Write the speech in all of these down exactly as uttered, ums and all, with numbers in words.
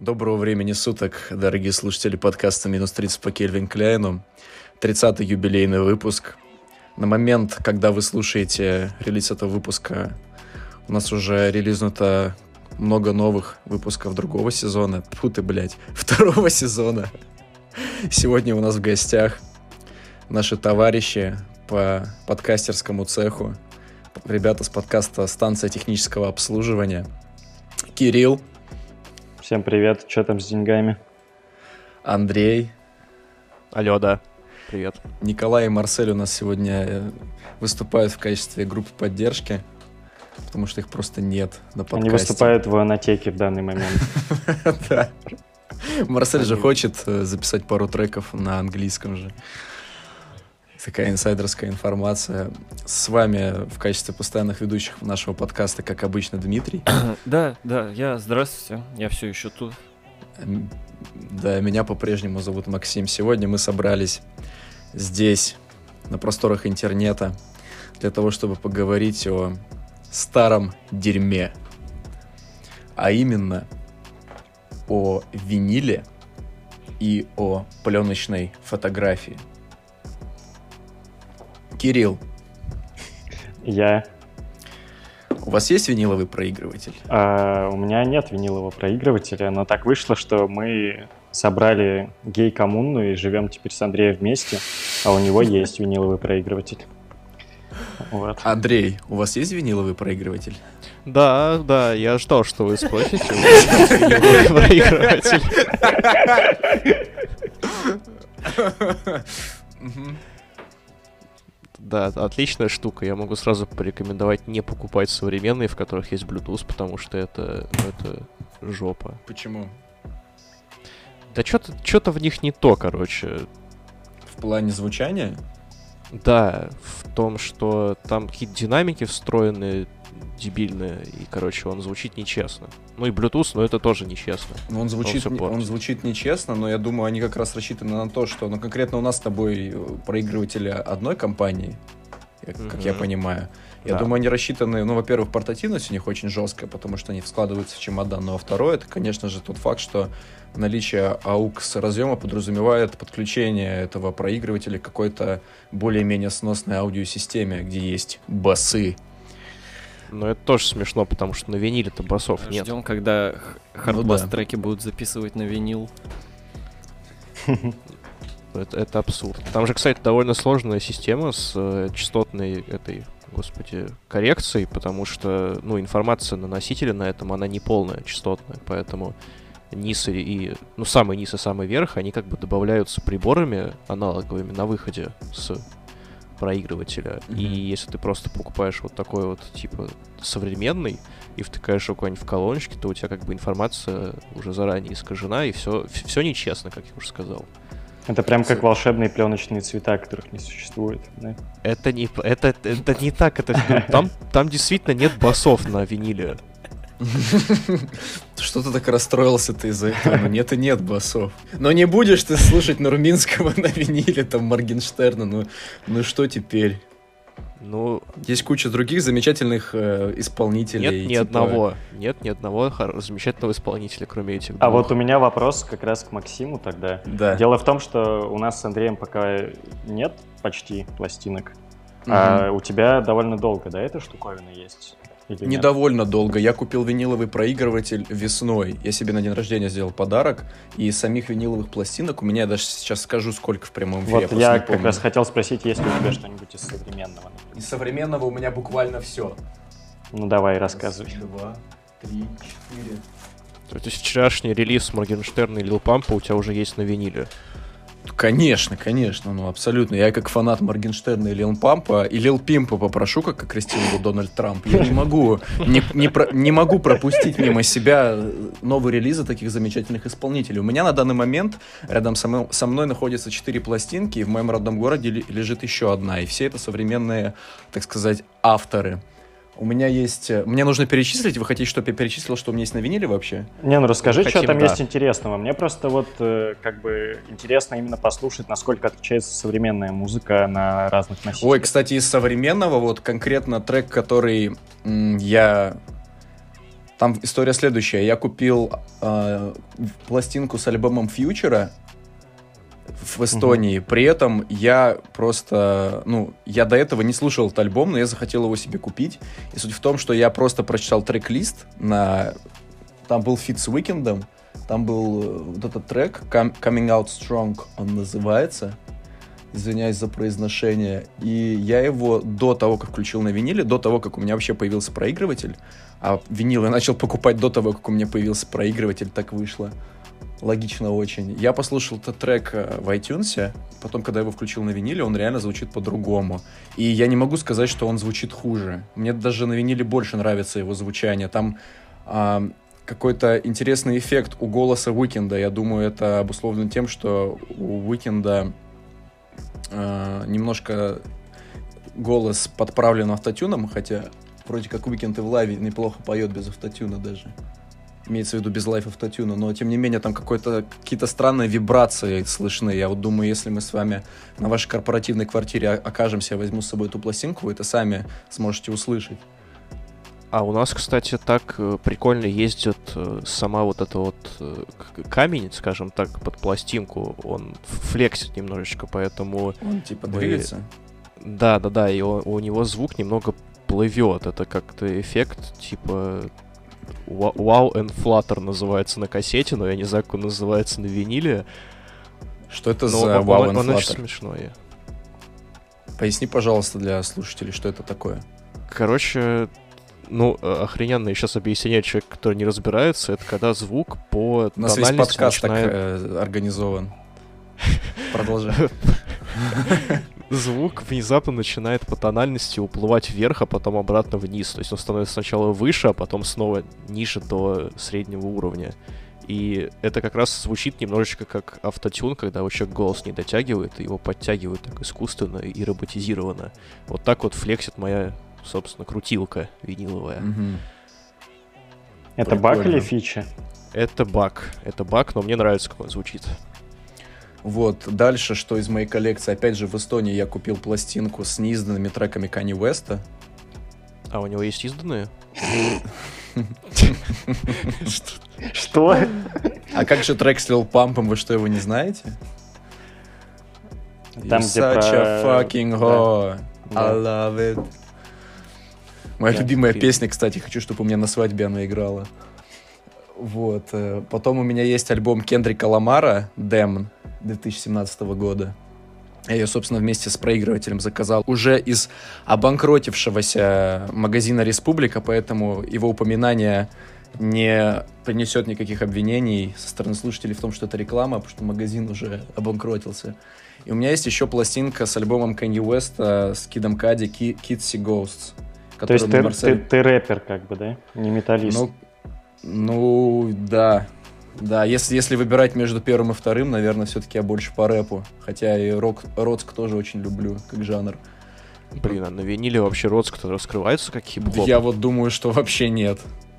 Доброго времени суток, дорогие слушатели подкаста «Минус тридцать по Кельвин Кляйну». тридцатый юбилейный выпуск. На момент, когда вы слушаете релиз этого выпуска, у нас уже релизнуто много новых выпусков другого сезона. Тьфу ты, блядь, второго сезона. Сегодня у нас в гостях наши товарищи по подкастерскому цеху. Ребята с подкаста «Станция технического обслуживания». Кирилл. Всем привет, что там с деньгами? Андрей. Алло, да, привет. Николай и Марсель у нас сегодня выступают в качестве группы поддержки, потому что их просто нет на подкасте. Они выступают в Анатеке в данный момент. Да. Марсель же хочет записать пару треков на английском же. Такая инсайдерская информация. С вами в качестве постоянных ведущих нашего подкаста, как обычно, Дмитрий. Да, да, я, здравствуйте, я все еще тут. Да, меня по-прежнему зовут Максим. Сегодня мы собрались здесь, на просторах интернета, для того, чтобы поговорить о старом дерьме. А именно о виниле и о пленочной фотографии. Кирилл. Я. У вас есть виниловый проигрыватель? А, у меня нет винилового проигрывателя, но так вышло, что мы собрали гей-коммуну и живем теперь с Андреем вместе, а у него есть виниловый проигрыватель. Вот. Андрей, у вас есть виниловый проигрыватель? Да, да, я ждал, что вы спросите. У меня есть виниловый проигрыватель. Да, отличная штука. Я могу сразу порекомендовать не покупать современные, в которых есть Bluetooth, потому что это, ну, это жопа. Почему? Да что-то, что-то в них не то, короче. В плане звучания? Да, в том, что там какие-то динамики встроены дебильные, и, короче, он звучит нечестно. Ну и Bluetooth, но это тоже нечестно. Ну, он звучит, он, он звучит нечестно, но я думаю, они как раз рассчитаны на то, что, ну, конкретно у нас с тобой проигрыватели одной компании, как, mm-hmm. как я понимаю. Я да. думаю, они рассчитаны, ну, во-первых, портативность у них очень жесткая, потому что они складываются в чемодан, ну, а второе, это, конечно же, тот факт, что наличие аукс разъема подразумевает подключение этого проигрывателя к какой-то более-менее сносной аудиосистеме, где есть басы. Но это тоже смешно, потому что на виниле-то басов нет. Ждем, когда хардбас-треки ну, да. будут записывать на винил. Это, это абсурд. Там же, кстати, довольно сложная система с э, частотной этой, господи, коррекцией, потому что, ну, информация на носителе на этом, она не полная, частотная, поэтому низ и, и, ну, самый низ и самый верх, они как бы добавляются приборами аналоговыми на выходе с проигрывателя. Mm-hmm. И если ты просто покупаешь вот такой вот, типа, современный и втыкаешь его куда-нибудь в колоночки, то у тебя как бы информация уже заранее искажена, и все, все нечестно, как я уже сказал. Это прям как волшебные пленочные цвета, которых не существует, да? Это не, это, это не так, это, там, там действительно нет басов на виниле. Что ты так расстроился-то из-за этого? Ну нет и нет басов. Но не будешь ты слушать Нурминского на виниле, там, Моргенштерна, ну, ну что теперь? Ну, есть куча других замечательных э, исполнителей. Нет ни типа... одного, нет ни одного хор- замечательного исполнителя, кроме этих двух. А вот у меня вопрос как раз к Максиму тогда. Да. Дело в том, что у нас с Андреем пока нет почти пластинок, угу. а у тебя довольно долго, да, эта штуковина есть? Или не нет? Довольно долго. Я купил виниловый проигрыватель весной. Я себе на день рождения сделал подарок. И из самих виниловых пластинок у меня, я даже сейчас скажу, сколько в прямом эфире. Вот я, я как раз хотел спросить, есть ли у тебя что-нибудь из современного? Например? Из современного у меня буквально все. Ну давай, рассказывай. Раз, два, три, четыре. То есть вчерашний релиз Моргенштерна и Лил Пампа у тебя уже есть на виниле? Конечно, конечно, ну абсолютно. Я как фанат Моргенштерна и Лил Пампа, и Лил Пимпа попрошу, как окрестил Дональд Трамп. Я не могу, не, не, про, не могу пропустить мимо себя новые релизы таких замечательных исполнителей. У меня на данный момент рядом со мной, со мной находятся четыре пластинки, и в моем родном городе лежит еще одна. И все это современные, так сказать, авторы. У меня есть... Мне нужно перечислить. Вы хотите, чтобы я перечислил, что у меня есть на виниле вообще? Не, ну расскажи, Хотим, что там да. есть интересного. Мне просто вот э, как бы интересно именно послушать, насколько отличается современная музыка на разных носителях. Ой, кстати, из современного вот конкретно трек, который м, я... там история следующая. Я купил э, пластинку с альбомом Фьючера в Эстонии. Mm-hmm. При этом я просто... Ну, я до этого не слушал этот альбом, но я захотел его себе купить. И суть в том, что я просто прочитал трек-лист на... Там был фит с Уикендом. Там был вот этот трек Coming Out Strong, он называется. Извиняюсь за произношение. И я его до того, как включил на виниле, до того, как у меня вообще появился проигрыватель, а винил я начал покупать до того, как у меня появился проигрыватель, так вышло. Логично очень. Я послушал этот трек в iTunes, потом, когда я его включил на виниле, он реально звучит по-другому. И я не могу сказать, что он звучит хуже. Мне даже на виниле больше нравится его звучание. Там а, какой-то интересный эффект у голоса Уикенда. Я думаю, это обусловлено тем, что у Уикенда Uh, немножко голос подправлен автотюном, хотя вроде как Уикенд и в лайве неплохо поет без автотюна даже. Имеется в виду без лайв автотюна, но тем не менее там какой-то, какие-то странные вибрации слышны. Я вот думаю, если мы с вами на вашей корпоративной квартире окажемся, я возьму с собой эту пластинку, вы это сами сможете услышать. А у нас, кстати, так э, прикольно ездит э, сама вот эта вот э, камень, скажем так, под пластинку. Он флексит немножечко, поэтому... Он типа мы... двигается? Да, да, да, и он, у него звук немного плывет. Это как-то эффект типа Wow and Flutter называется на кассете, но я не знаю, как он называется на виниле. Что это но за он, Wow он, and он Flutter? очень смешной. Поясни, пожалуйста, для слушателей, что это такое. Короче... Ну, охрененно сейчас объясняет человек, который не разбирается, это когда звук по У нас тональности весь подкаст начинает... так э, организован. Продолжай. Звук внезапно начинает по тональности уплывать вверх, а потом обратно вниз. То есть он становится сначала выше, а потом снова ниже до среднего уровня. И это как раз звучит немножечко как автотюн, когда у человека голос не дотягивает, и его подтягивают так искусственно и роботизированно. Вот так вот флексит моя... собственно, крутилка виниловая. Mm-hmm. Это Прикольно. баг или фича? Это баг. Это баг, но мне нравится, как он звучит. Вот, дальше, что из моей коллекции. Опять же, в Эстонии я купил пластинку с неизданными треками Канье Уэста. А у него есть изданные? Что? А как же трек с Lil Pump'ом, вы что, его не знаете? Там, You're где such про... a fucking whore. Да. I love it. Моя Я любимая при- песня, кстати, хочу, чтобы у меня на свадьбе она играла. Вот. э, Потом у меня есть альбом Кендрика Ламара «Damn» две тысячи семнадцатого года. Я ее, собственно, вместе с проигрывателем заказал уже из обанкротившегося магазина «Республика», поэтому его упоминание не принесет никаких обвинений со стороны слушателей в том, что это реклама, потому что магазин уже обанкротился. И у меня есть еще пластинка с альбомом Канье Уэста с Кидом Кади «Kids See Ghosts». То есть ты, Марсель... ты, ты рэпер, как бы, да? Не металлист. Ну, ну, да. Да, если, если выбирать между первым и вторым, наверное, все-таки я больше по рэпу. Хотя и рок, Роцк тоже очень люблю, как жанр. Блин, а на виниле вообще Роцк-то раскрывается как хип-хоп? Я вот думаю, что вообще нет.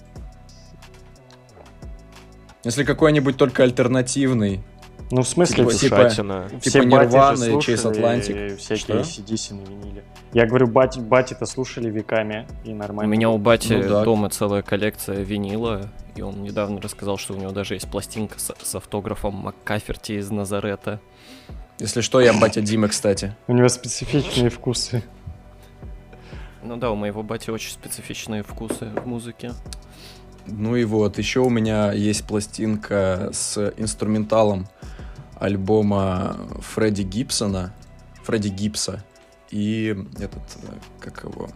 Если какой-нибудь только альтернативный. Ну, в смысле, Типа- все, типа- Душатина. типа бати Нирваны, же Chase слушали Atlantic. всякие Что? эй си ди си на виниле. Я говорю, бати, бати-то слушали веками, и У нормально. меня у бати Ну да. дома целая коллекция винила, и он недавно рассказал, что у него даже есть пластинка с, с автографом МакКаферти из Назарета. Если что, я батя Димы, кстати. У него специфичные вкусы. Ну да, у моего бати очень специфичные вкусы в музыке. Ну и вот, еще у меня есть пластинка с инструменталом альбома Фредди Гибсона, Фредди Гибса, и этот, как его,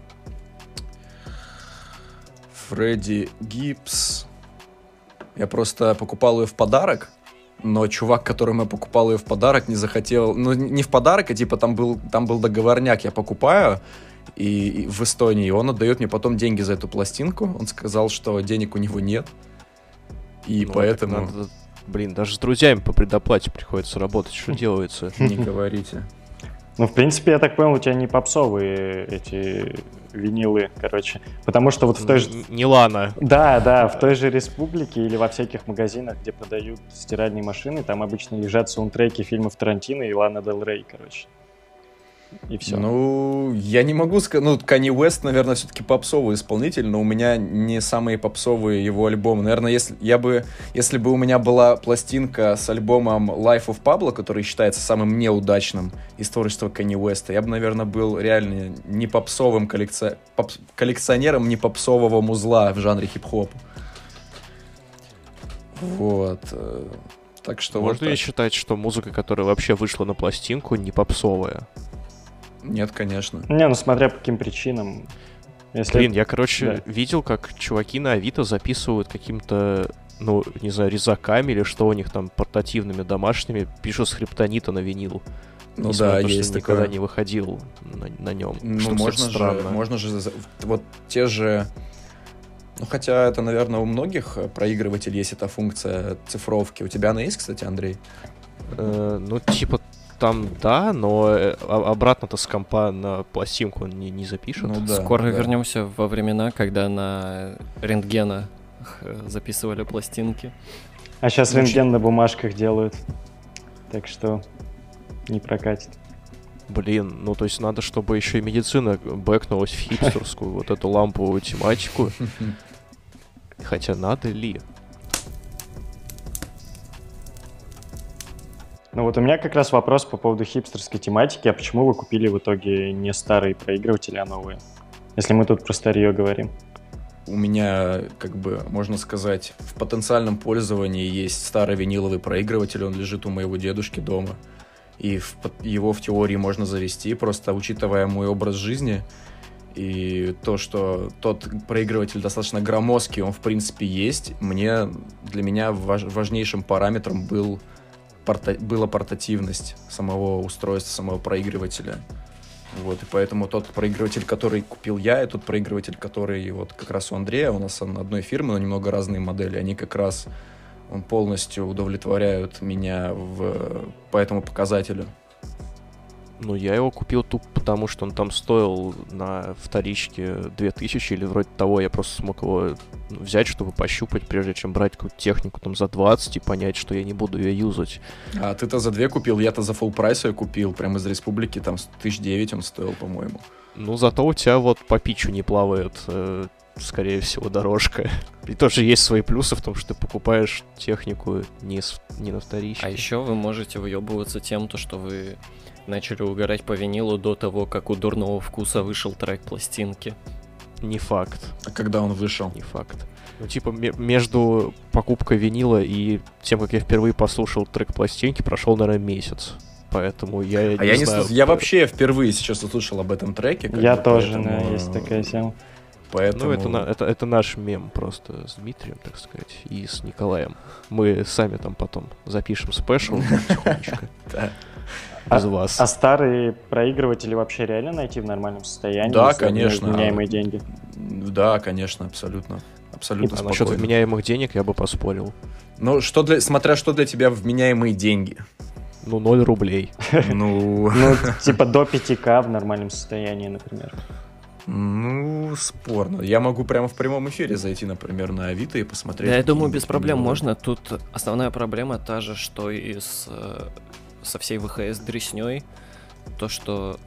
Фредди Гибс. Я просто покупал ее в подарок, но чувак, которому я покупал ее в подарок, не захотел, ну не в подарок, а типа там был, там был договорняк, я покупаю, и, и в Эстонии, он отдает мне потом деньги за эту пластинку, он сказал, что денег у него нет, и Ну, поэтому... так надо- Блин, даже с друзьями по предоплате приходится работать. Что делается? Не говорите. Ну, в принципе, я так понял, у тебя не попсовые эти винилы, короче. Потому что вот в той же... Н- Не Лана. Да, да, в той же республике или во всяких магазинах, где продают стиральные машины, там обычно лежат саундтреки фильмов Тарантино и Лана Дель Рей, короче. и все. Ну, я не могу сказать... Ну, Kanye West, наверное, все-таки попсовый исполнитель, но у меня не самые попсовые его альбомы. Наверное, если, я бы, если бы у меня была пластинка с альбомом Life of Pablo, который считается самым неудачным из творчества Kanye West, я бы, наверное, был реально не попсовым коллекци... поп... коллекционером не попсового музла в жанре хип-хоп. Вот... Так что Можно вот ли считать, что музыка, которая вообще вышла на пластинку, не попсовая? Нет, конечно. Не, ну смотря по каким причинам. Если... Блин, я, короче, Да. видел, как чуваки на Авито записывают каким-то, ну, не знаю, резаками или что у них там, портативными, домашними, пишут скриптонита на винил. Ну Несмотря да, на то, что есть никогда такое. не выходил на, на нем. Ну, что, можно кстати, же, странно. можно же, за- вот те же, ну, хотя это, наверное, у многих проигрывателей есть эта функция цифровки. У тебя она есть, кстати, Андрей? Э, ну, типа, там да, но э, а- обратно-то с компа на пластинку он не, не запишет. Ну да. Скоро да. вернемся во времена, когда на рентгенах записывали пластинки. А сейчас Ну, рентген на бумажках делают. Так что не прокатит. Блин, ну то есть надо, чтобы еще и медицина бэкнулась в хипстерскую вот эту ламповую тематику. Хотя надо ли? Ну вот у меня как раз вопрос по поводу хипстерской тематики. А почему вы купили в итоге не старые проигрыватели, а новые? Если мы тут про старье говорим. У меня, как бы, можно сказать, в потенциальном пользовании есть старый виниловый проигрыватель, он лежит у моего дедушки дома. И в, его в теории можно завести, просто учитывая мой образ жизни и то, что тот проигрыватель достаточно громоздкий, он в принципе есть, мне, для меня важ, важнейшим параметром был, порта, была портативность самого устройства, самого проигрывателя. Вот, и поэтому тот проигрыватель, который купил я, и тот проигрыватель, который вот как раз у Андрея, у нас он одной фирмы, но немного разные модели, они как раз он полностью удовлетворяют меня в, по этому показателю. Ну, я его купил тупо потому, что он там стоил на вторичке две тысячи или вроде того. Я просто смог его взять, чтобы пощупать, прежде чем брать какую-то технику там за двадцать и понять, что я не буду ее юзать. А ты-то за две купил, я-то за full прайс ее купил, прям из республики, там тысяч девять он стоил, по-моему. Ну, зато у тебя вот по питчу не плавает, э, скорее всего, дорожка. И тоже есть свои плюсы в том, что ты покупаешь технику не, с, не на вторичке. А еще вы можете выебываться тем, то, что вы начали угорать по винилу до того, как у Дурного Вкуса вышел трек пластинки. Не факт. А когда он вышел? Не факт. Ну, типа, м- между покупкой винила и тем, как я впервые послушал трек пластинки, прошел, наверное, месяц. Поэтому я А не я не знаю. слыш- я по- вообще впервые сейчас услышал об этом треке. как Я бы, тоже, поэтому- да, есть такая тема. Поэтому... Ну, это, на- это, это наш мем просто с Дмитрием, так сказать, и с Николаем. Мы сами там потом запишем спешл тихонечко. Да. Без вас. А старые проигрыватели вообще реально найти в нормальном состоянии? Да, за конечно. Вменяемые деньги. Да, конечно, абсолютно. Абсолютно А насчет спокойно. вменяемых денег я бы поспорил. Ну, что для... смотря что для тебя вменяемые деньги. Ну, ноль рублей. Ну, Ну, типа до пяти ка в нормальном состоянии, например. ну, спорно. Я могу прямо в прямом эфире зайти, например, на Авито и посмотреть. Да, я думаю, какие-нибудь без проблем виниловые. можно. Тут основная проблема та же, что и с, э, со всей вэ ха эс-дресней. То, что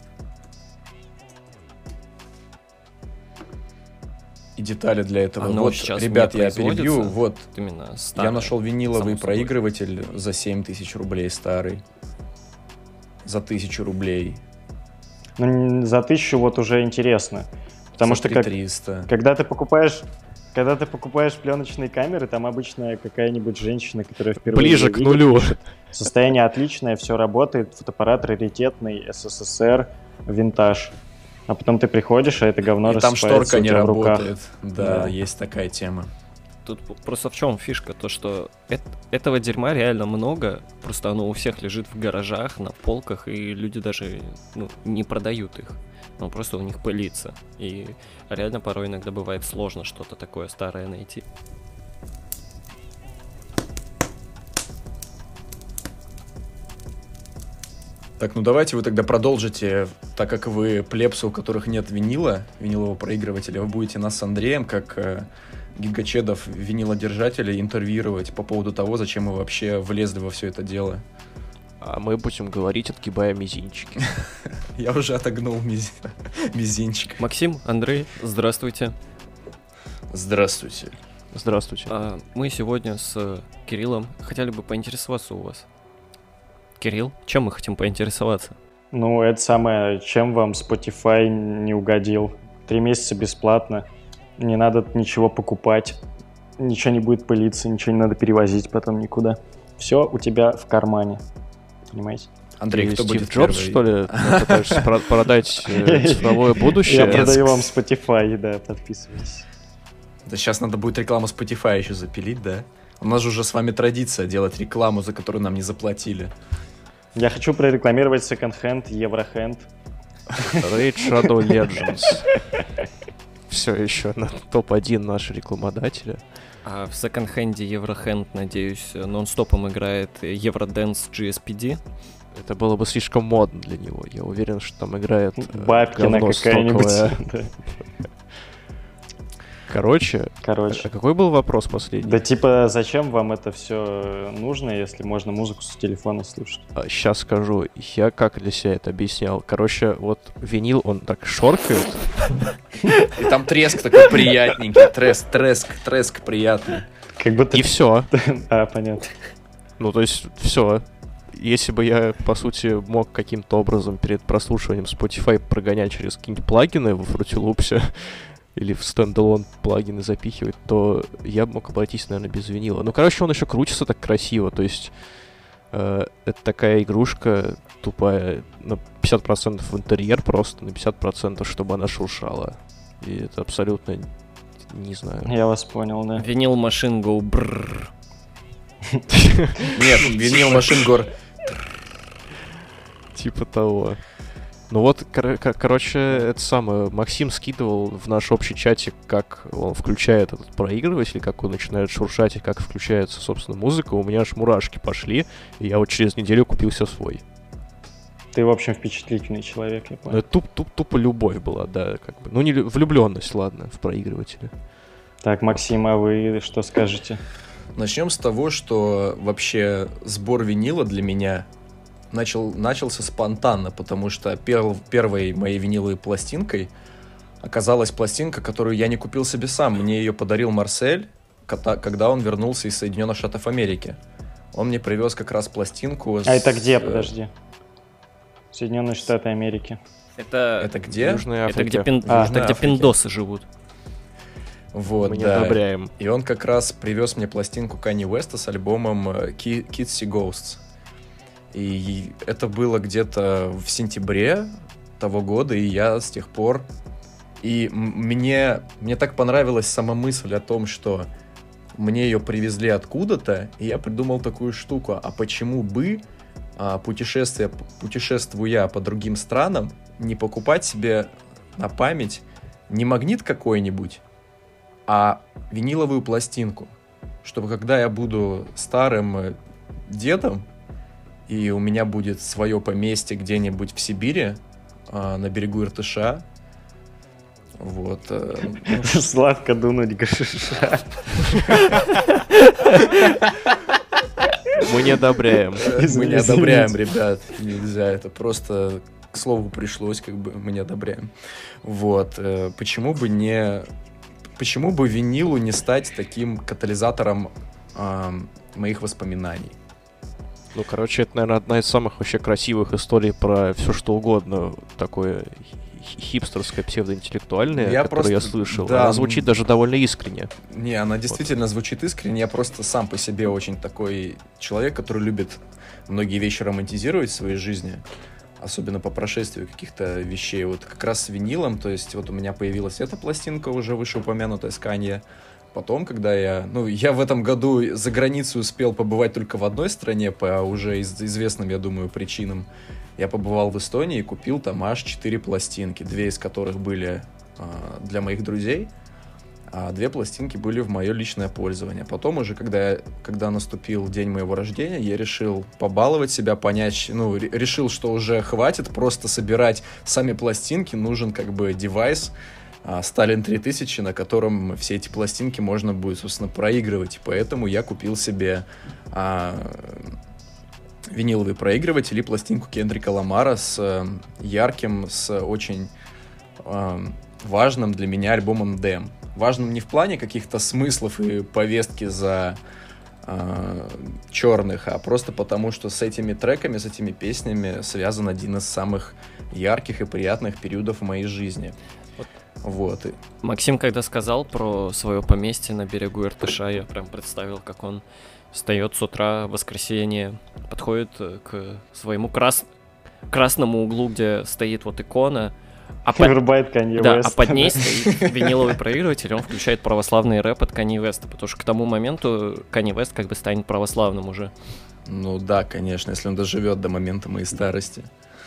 И детали для этого. Оно Вот, сейчас ребят, не я перебью. производится. Вот, именно старое. я нашел виниловый само собой. проигрыватель за семь тысяч рублей старый. За тысячу рублей. Ну, н- за тысячу вот уже интересно. Потому За что как, триста. когда ты покупаешь... Когда ты покупаешь пленочные камеры, там обычно какая-нибудь женщина, которая впервые... Ближе её к видит, нулю. пишет, состояние отличное, все работает, фотоаппарат раритетный, эс эс эс эр, винтаж. А потом ты приходишь, а это говно И там рассыпается шторка у не тебя в руках. работает. Да, Да. есть такая тема. Тут просто в чем фишка? То, что эт- этого дерьма реально много, просто оно у всех лежит в гаражах, на полках, и люди даже ну, не продают их. Ну, просто у них пылится. И реально порой иногда бывает сложно что-то такое старое найти. Так, ну давайте вы тогда продолжите, так как вы плебсы, у которых нет винила, винилового проигрывателя, вы будете нас с Андреем, как э, гигачедов винилодержателей, интервьюировать по поводу того, зачем мы вообще влезли во все это дело. А мы будем говорить, отгибая мизинчики. Я уже отогнул миз... мизинчик. Максим, Андрей, здравствуйте. Здравствуйте. Здравствуйте. А, мы сегодня с Кириллом хотели бы поинтересоваться у вас. Кирилл, чем мы хотим поинтересоваться? Ну, это самое, чем вам Spotify не угодил. Три месяца бесплатно, не надо ничего покупать, ничего не будет пылиться, ничего не надо перевозить потом никуда. Все у тебя в кармане, понимаете? Андрей, Ты кто Стив будет Джобс, первый? что ли? Ты пытаешься про- продать э, цифровое будущее? Я Нет. продаю вам Spotify, да, подписывайтесь. Да сейчас надо будет рекламу Spotify еще запилить, да? У нас же уже с вами традиция делать рекламу, за которую нам не заплатили. Я хочу прорекламировать секонд-хенд, Еврохенд. Raid Shadow Legends. Все еще на топ один наши рекламодатели. А в секонд-хенде Еврохенд, надеюсь, нон-стопом играет Евроденс джи эс пи ди. Это было бы слишком модно для него. Я уверен, что там играет э, Бабкина говно какая-нибудь. стоковое. Да. Короче, а Короче. какой был вопрос последний? Да типа, зачем вам это все нужно, если можно музыку с телефона слушать? Сейчас скажу. Я как для себя это объяснял. Короче, вот винил, он так шоркает. И там треск такой приятненький. Треск, треск, треск приятный. Как будто... И все. А, понятно. Ну, то есть, все. Если бы я, по сути, мог каким-то образом перед прослушиванием Spotify прогонять через какие-нибудь плагины в Fruity Loops'е или в стендалон плагины запихивать, то я бы мог обойтись, наверное, без винила. Ну, короче, он еще крутится так красиво, то есть э, это такая игрушка тупая, на пятьдесят процентов в интерьер просто, на пятьдесят процентов, чтобы она шуршала. И это абсолютно, не знаю. Я вас понял, да. Винил машин go брррр. Нет, винил машин гор. Типа того. Ну вот, кор- кор- короче, это самое, Максим скидывал в наш общий чатик, как он включает этот проигрыватель, как он начинает шуршать и как включается, собственно, музыка. У меня аж мурашки пошли, и я вот через неделю купил себе свой. Ты, в общем, впечатлительный человек, я Ну, понял. это туп, туп, тупо любовь была, да, как бы. Ну, не лю- влюбленность, ладно, в проигрывателе. Так, Максим, а вы что скажете? Начнем с того, что вообще сбор винила для меня начал, начался спонтанно, потому что перв, первой моей виниловой пластинкой оказалась пластинка, которую я не купил себе сам. Мне ее подарил Марсель, кота- когда он вернулся из Соединенных Штатов Америки. Он мне привез как раз пластинку. А с, это где, э, подожди? Соединенные Штаты Америки. Это, Это где? Южная это Африка. где, пин- А, это Южная где Африка. пиндосы живут. Вот, Мы не да. одобряем. И он как раз привез мне пластинку Канье Уэста с альбомом э, Ki- Kids See Ghosts. И это было где-то в сентябре того года, и я с тех пор... И м- мне, мне так понравилась сама мысль о том, что мне ее привезли откуда-то, и я придумал такую штуку. А почему бы, а, путешествуя, путешествуя по другим странам, не покупать себе на память не магнит какой-нибудь, а виниловую пластинку, чтобы когда я буду старым э, дедом, и у меня будет свое поместье где-нибудь в Сибири, э, на берегу Иртыша, вот. э, ну, Сладко дунуть гашиша. Мы не одобряем. мы не Извините. одобряем, ребят, нельзя, это просто к слову пришлось, как бы мы не одобряем. Вот, э, почему бы не... Почему бы винилу не стать таким катализатором э, моих воспоминаний? Ну, короче, это, наверное, одна из самых вообще красивых историй про все что угодно, такое хи- хипстерское, псевдоинтеллектуальное, Я которое я просто- слышал. да, Она звучит м. даже довольно искренне. Не, она действительно звучит искренне. Я просто сам по себе очень такой человек, который любит многие вещи романтизировать в своей жизни. Особенно по прошествию каких-то вещей. Вот как раз с винилом, то есть вот у меня появилась эта пластинка, уже вышеупомянутая с Канье. Потом, когда я... Ну, я в этом году за границу успел побывать только в одной стране, по уже из- известным, я думаю, причинам. Я побывал в Эстонии и купил там аж четыре пластинки, две из которых были а, для моих друзей, а две пластинки были в мое личное пользование. Потом уже, когда, я- когда наступил день моего рождения, я решил побаловать себя, понять, ну, ре- решил, что уже хватит просто собирать сами пластинки, нужен как бы девайс, а, Stalin три тысячи, на котором все эти пластинки можно будет, собственно, проигрывать. И поэтому я купил себе а, виниловый проигрыватель и пластинку Кендрика Ламара с э, ярким, с очень э, важным для меня альбомом Damn. Важным не в плане каких-то смыслов и повестки за э, черных, а просто потому, что с этими треками, с этими песнями связан один из самых ярких и приятных периодов в моей жизни. Вот. Максим, когда сказал про свое поместье на берегу Иртыша, я прям представил, как он встает с утра в воскресенье, подходит к своему крас... красному углу, где стоит вот икона, а под... да, а под ней стоит виниловый проигрыватель, и он включает православный рэп от Канье Уэста, потому что к тому моменту Канье Уэст как бы станет православным уже. Ну да, конечно, если он доживет до момента моей старости.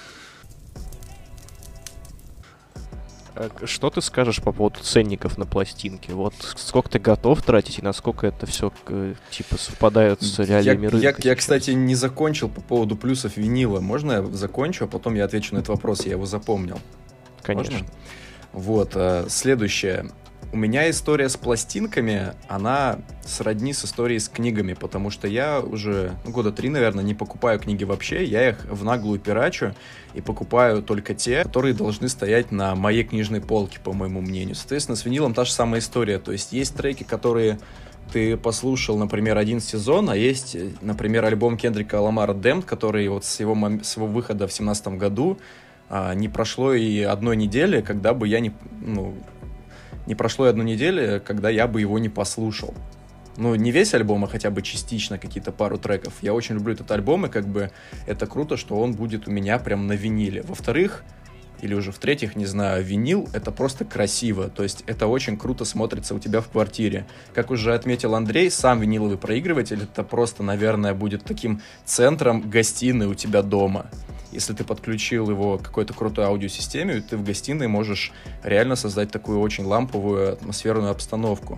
Что ты скажешь по поводу ценников на пластинки? Вот сколько ты готов тратить и насколько это все типа совпадает с реалиями я, рынка? Я, я, кстати, не закончил по поводу плюсов винила. Можно я закончу, а потом я отвечу на этот вопрос, я его запомнил. Конечно. Можно? Вот, э, следующее. У меня история с пластинками, она сродни с историей с книгами, потому что я уже ну, года три, наверное, не покупаю книги вообще, я их в наглую пирачу и покупаю только те, которые должны стоять на моей книжной полке, по моему мнению. Соответственно, с винилом та же самая история, то есть есть треки, которые ты послушал, например, один сезон, а есть, например, альбом Кендрика Ламара Damned, который вот с его, с его выхода в семнадцатом году а, не прошло и одной недели, когда бы я не... Ну, Не прошло и одну неделю, когда я бы его не послушал. Ну, не весь альбом, а хотя бы частично какие-то пару треков. Я очень люблю этот альбом, и как бы это круто, что он будет у меня прям на виниле. Во-вторых, или уже в-третьих, не знаю, винил — это просто красиво. То есть это очень круто смотрится у тебя в квартире. Как уже отметил Андрей, сам виниловый проигрыватель — это просто, наверное, будет таким центром гостиной у тебя дома. Если ты подключил его к какой-то крутой аудиосистеме, ты в гостиной можешь реально создать такую очень ламповую атмосферную обстановку.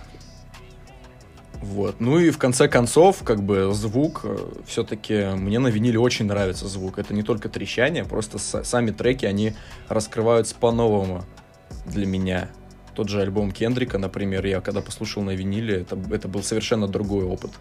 Вот. Ну и в конце концов, как бы звук, все-таки мне на виниле очень нравится звук. Это не только трещание, просто с- сами треки, они раскрываются по-новому для меня. Тот же альбом Кендрика, например, я когда послушал на виниле, это, это был совершенно другой опыт.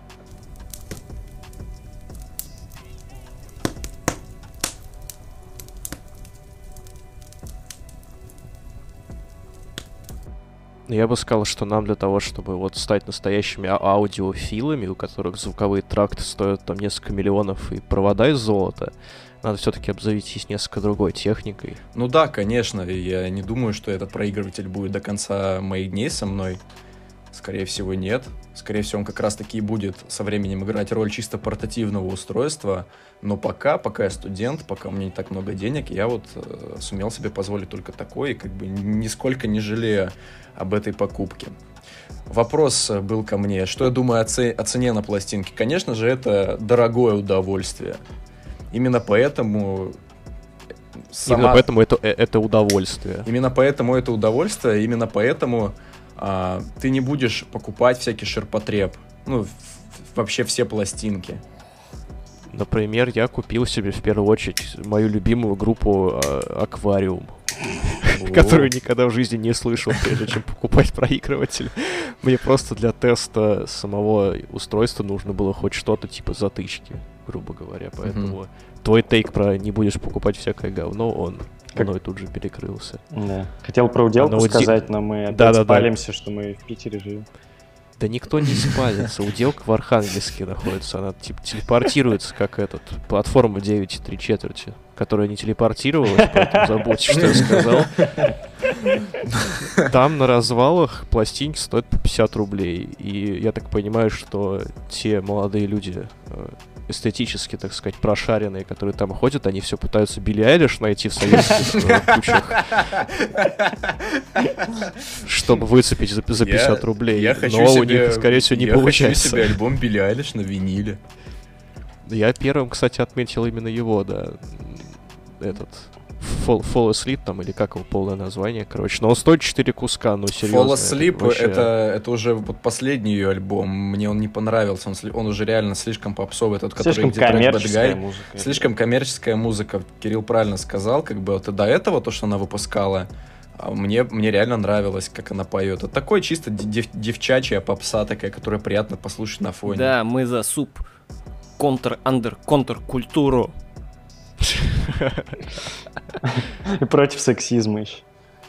Я бы сказал, что нам для того, чтобы вот стать настоящими а- аудиофилами, у которых звуковые тракты стоят там несколько миллионов и провода из золота, надо все-таки обзавестись несколько другой техникой. Ну да, конечно, я не думаю, что этот проигрыватель будет до конца моих дней со мной. Скорее всего, нет. Скорее всего, он как раз-таки и будет со временем играть роль чисто портативного устройства. Но пока, пока я студент, пока у меня не так много денег, я вот э, сумел себе позволить только такое, и как бы нисколько не жалею об этой покупке. Вопрос был ко мне, что я думаю о, ц... о цене на пластинке. Конечно же, это дорогое удовольствие. Именно поэтому... Сама... Именно поэтому это, это удовольствие. Именно поэтому это удовольствие, именно поэтому... А, ты не будешь покупать всякий ширпотреб, ну, в- вообще все пластинки. Например, я купил себе в первую очередь мою любимую группу а, «Аквариум», которую никогда в жизни не слышал, прежде чем покупать проигрыватель. Мне просто для теста самого устройства нужно было хоть что-то типа затычки, грубо говоря. Поэтому Мгм. твой тейк про «не будешь покупать всякое говно», он Как- мной тут же перекрылся. Да. Хотел про уделку А, ну, сказать, но мы опять Да-да-да. спалимся, что мы в Питере живем. Да никто не спалится. Уделка в Архангельске находится. Она типа телепортируется, как этот платформа девять и три четверти, которая не телепортировалась, поэтому забудьте, что я сказал. Там на развалах пластинки стоят по пятьдесят рублей. И я так понимаю, что те молодые люди, э, эстетически, так сказать, прошаренные, которые там ходят, они все пытаются Билли Айлиш найти в советских э, кучах, чтобы выцепить за, за пятьдесят Я- рублей. Я хочу Но у себе, них, скорее всего, не я получается. хочу себе альбом Билли Айлиш на виниле. Я первым, кстати, отметил именно его, да. Этот Fall, Fall Asleep, там, или как его полное название, короче. Но он стоит четыре куска, ну серьезно. Fall Asleep — вообще- это, это уже вот последний ее альбом. Мне он не понравился. Он, сли- он уже реально слишком попсовый. Тот, который Слишком где трек Bad коммерческая Guy. музыка. Слишком коммерческая музыка. Кирилл правильно сказал. Как бы вот и до этого то, что она выпускала, а мне, мне реально нравилось, как она поет. Это такой чисто дев- девчачья попса такая, которая приятно послушать на фоне. Да, мы за суп. контр-андер, контр-культуру. И против сексизма еще.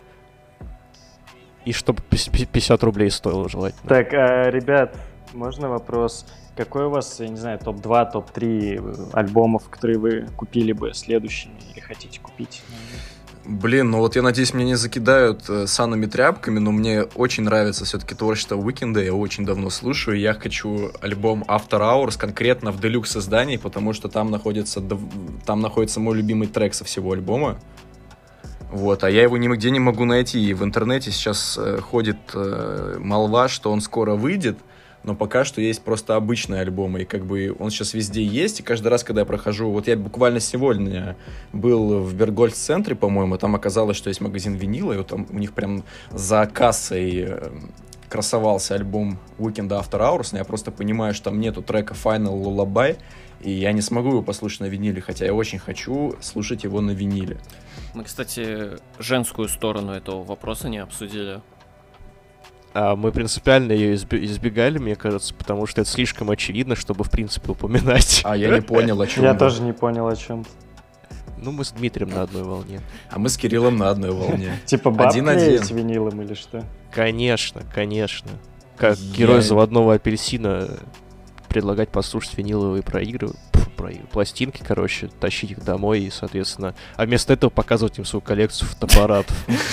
И чтобы пятьдесят рублей стоило желательно. Так, а, ребят, можно вопрос? Какой у вас, я не знаю, топ два, топ три альбомов, которые вы купили бы следующими или хотите купить? Блин, ну вот я надеюсь, меня не закидают э, санными тряпками, но мне очень нравится все-таки творчество Уикенда, я очень давно слушаю. Я хочу альбом After Hours конкретно в делюкс издании, потому что там находится, там находится мой любимый трек со всего альбома. Вот, а я его нигде не могу найти. И в интернете сейчас э, ходит э, молва, что он скоро выйдет, но пока что есть просто обычные альбомы, и как бы он сейчас везде есть, и каждый раз, когда я прохожу... Вот я буквально сегодня был в Бергольц-центре, по-моему, там оказалось, что есть магазин винила, и вот там у них прям за кассой красовался альбом Weekend After Hours, но я просто понимаю, что там нету трека Final Lullaby, и я не смогу его послушать на виниле, хотя я очень хочу слушать его на виниле. Мы, кстати, женскую сторону этого вопроса не обсудили. А мы принципиально ее избегали, мне кажется, потому что это слишком очевидно, чтобы, в принципе, упоминать. А я не понял, о чем. Я тоже не понял, о чем. Ну, мы с Дмитрием на одной волне. А мы с Кириллом на одной волне. Типа бабки с винилом или что? Конечно, конечно. Как герой заводного апельсина предлагать послушать виниловые проигрывания. Пластинки, короче, тащить их домой и, соответственно... А вместо этого показывать им свою коллекцию фотоаппаратов.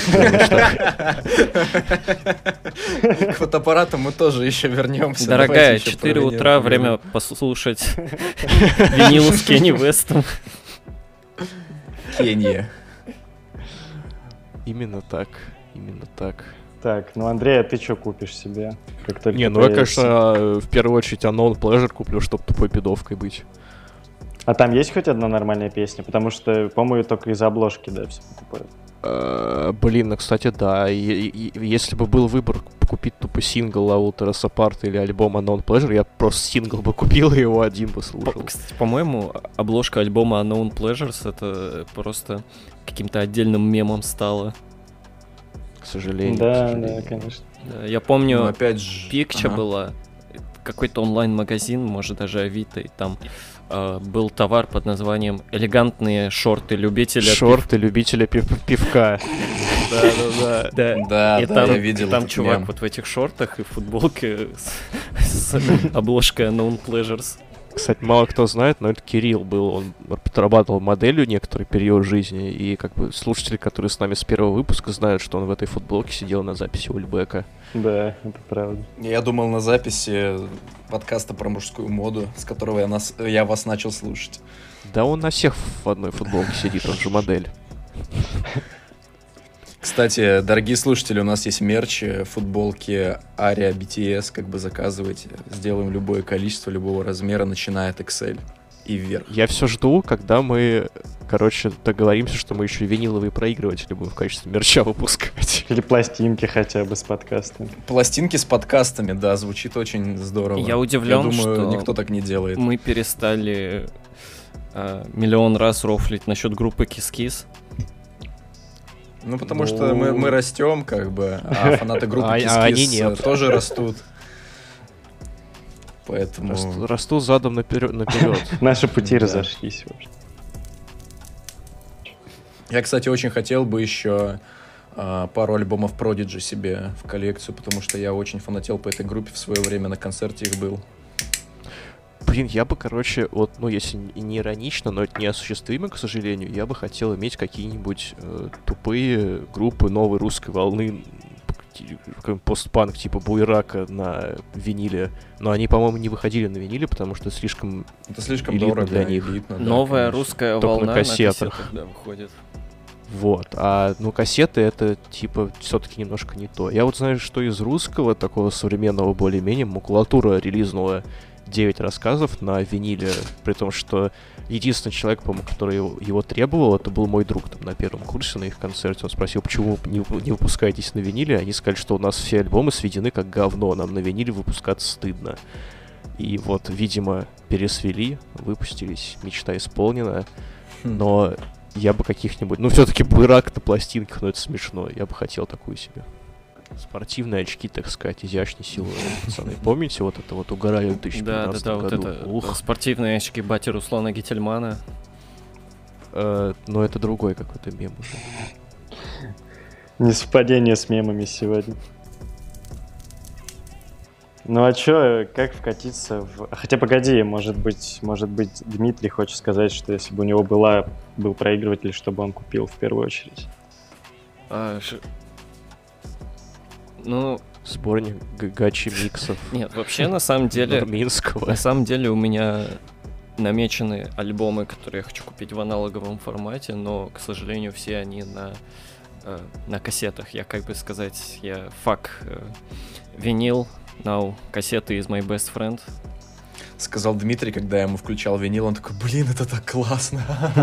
К фотоаппаратам мы тоже еще вернемся. Дорогая, четыре утра, время послушать винил с Кенни Вестом. Кения. Именно так, именно так. Так, ну, Андрей, а ты что купишь себе? Как только Не, ну я, конечно, в первую очередь Unknown Pleasure куплю, чтобы тупой пидовкой быть. А там есть хоть одна нормальная песня? Потому что, по-моему, только из обложки, да, все покупают. Uh, блин, ну, кстати, да. И, и, и, если бы был выбор купить тупо сингл Outer Apart или альбом Unknown Pleasure, я просто сингл бы купил и его один бы слушал. Кстати, по-моему, обложка альбома Unknown Pleasures это просто каким-то отдельным мемом стало. К сожалению. Да, к сожалению. да, конечно. Да, я помню, ну, опять же... Picture ага. была, какой-то онлайн-магазин, может даже Авито, и там э, был товар под названием «Элегантные шорты любителя Шорты пив... любителя пив... пивка». Да-да-да. Да, и да, там, я видел и там этот чувак мем. вот в этих шортах и футболке с, с обложкой Unknown Pleasures. Кстати, мало кто знает, но это Кирилл был. Он подрабатывал моделью некоторый период жизни. И как бы слушатели, которые с нами с первого выпуска, знают, что он в этой футболке сидел на записи Ульбека. Да, это правда. Я думал на записи подкаста про мужскую моду, с которого я, нас... я вас начал слушать. Да он на всех в одной футболке сидит, он же модель. Кстати, дорогие слушатели, у нас есть мерч, футболки Aria би ти эс, как бы заказывайте. Сделаем любое количество, любого размера, начиная от икс эль и вверх. Я все жду, когда мы, короче, договоримся, что мы еще и виниловые проигрыватели будем в качестве мерча выпускать. Или пластинки хотя бы с подкастами. Пластинки с подкастами, да, звучит очень здорово. Я удивлен, Я думаю, что никто так не делает. Мы перестали э, миллион раз рофлить насчет группы Kiss-Kiss. Ну, потому Ну... что мы, мы растем, как бы, а фанаты группы А- Kiss а они Kiss нет. тоже растут. Поэтому... Расту, расту задом наперед. наперед. Наши пути Да. разошлись вообще. Я, кстати, очень хотел бы еще а, пару альбомов Prodigy себе в коллекцию, потому что я очень фанател по этой группе в свое время, на концерте их был. Блин, я бы, короче, вот, ну, если и не иронично, но это неосуществимо, к сожалению, я бы хотел иметь какие-нибудь э, тупые группы новой русской волны, как постпанк типа Буйрака на виниле. Но они, по-моему, не выходили на виниле, потому что слишком... Это слишком элитно дорого для них. элитно, да, Новая конечно. русская Только на волна кассетах. на кассетах, да, выходит. Вот. А, ну, кассеты это, типа, все-таки немножко не то. Я вот знаю, что из русского, такого современного более-менее, макулатура релизнула девять рассказов на виниле, при том, что единственный человек, по-моему, который его, его требовал, это был мой друг там на первом курсе на их концерте. Он спросил, почему вы не, не выпускаетесь на виниле. Они сказали, что у нас все альбомы сведены как говно, нам на виниле выпускаться стыдно. И вот, видимо, пересвели, выпустились, мечта исполнена. Но я бы каких-нибудь... Ну, все-таки Буйрак на пластинках, но это смешно. Я бы хотел такую себе. Спортивные очки, так сказать, изящный силуэт, пацаны. Помните, вот это вот угорали в две тысячи пятнадцатом Да, да, да, году? вот это Ух. спортивные очки бати Руслана Гительмана. Э, но это другой какой-то мем уже. Несовпадение с мемами сегодня. Ну а чё, как вкатиться в... Хотя погоди, может быть, может быть, Дмитрий хочет сказать, что если бы у него была, был проигрыватель, чтобы он купил в первую очередь. А, ш- Ну, Сборник г- гачи миксов нет, вообще на самом деле, Нурминского. на самом деле у меня намечены альбомы, которые я хочу купить в аналоговом формате, но, к сожалению, все они на, э, на кассетах. Я, как бы сказать, я fuck э, винил, now кассеты is my best friend. Сказал Дмитрий, когда я ему включал винил, он такой, блин, это так классно.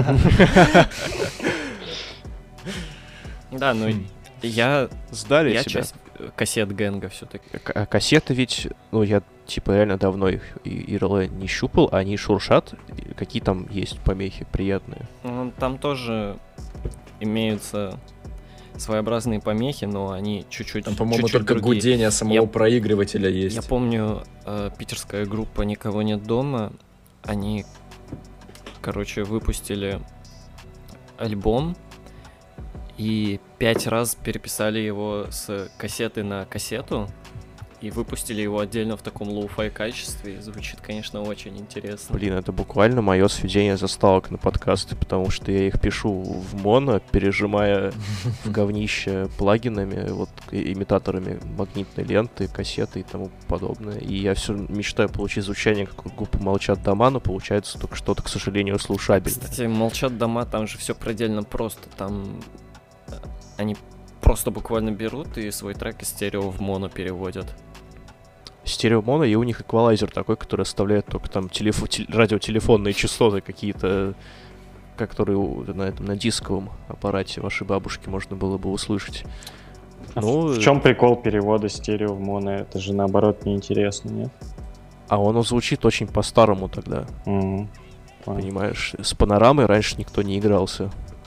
Да, ну я, Сдали я себя. часть кассет Гэнга все-таки. К- а кассеты ведь, ну, я, типа, реально давно их и ИРЛ не щупал, а они шуршат. И какие там есть помехи приятные? Ну, там тоже имеются своеобразные помехи, но они чуть-чуть Там, по-моему, чуть-чуть только другие. гудение самого Я- проигрывателя есть. Я помню, э, питерская группа «Никого нет дома», они, короче, выпустили альбом и пять раз переписали его с кассеты на кассету и выпустили его отдельно в таком лоу-фай качестве. И звучит, конечно, очень интересно. Блин, это буквально мое сведение заставок на подкасты, потому что я их пишу в моно, пережимая в говнище плагинами, вот и- имитаторами магнитной ленты, кассеты и тому подобное. И я все мечтаю получить звучание, как у группы «Молчат дома», но получается только что-то, к сожалению, слушабельное. Кстати, «Молчат дома», там же все предельно просто. Там э, они просто буквально берут и свой трек из стерео в моно переводят. Стереомоно, и у них эквалайзер такой, который оставляет только там телефо- тел- радиотелефонные частоты какие-то, которые у- на этом на дисковом аппарате вашей бабушки можно было бы услышать. А Ну, в чем прикол перевода стерео в моно? Это же наоборот неинтересно, нет? а он звучит очень по-старому тогда, Мгм. Понял. понимаешь? С панорамой раньше никто не игрался.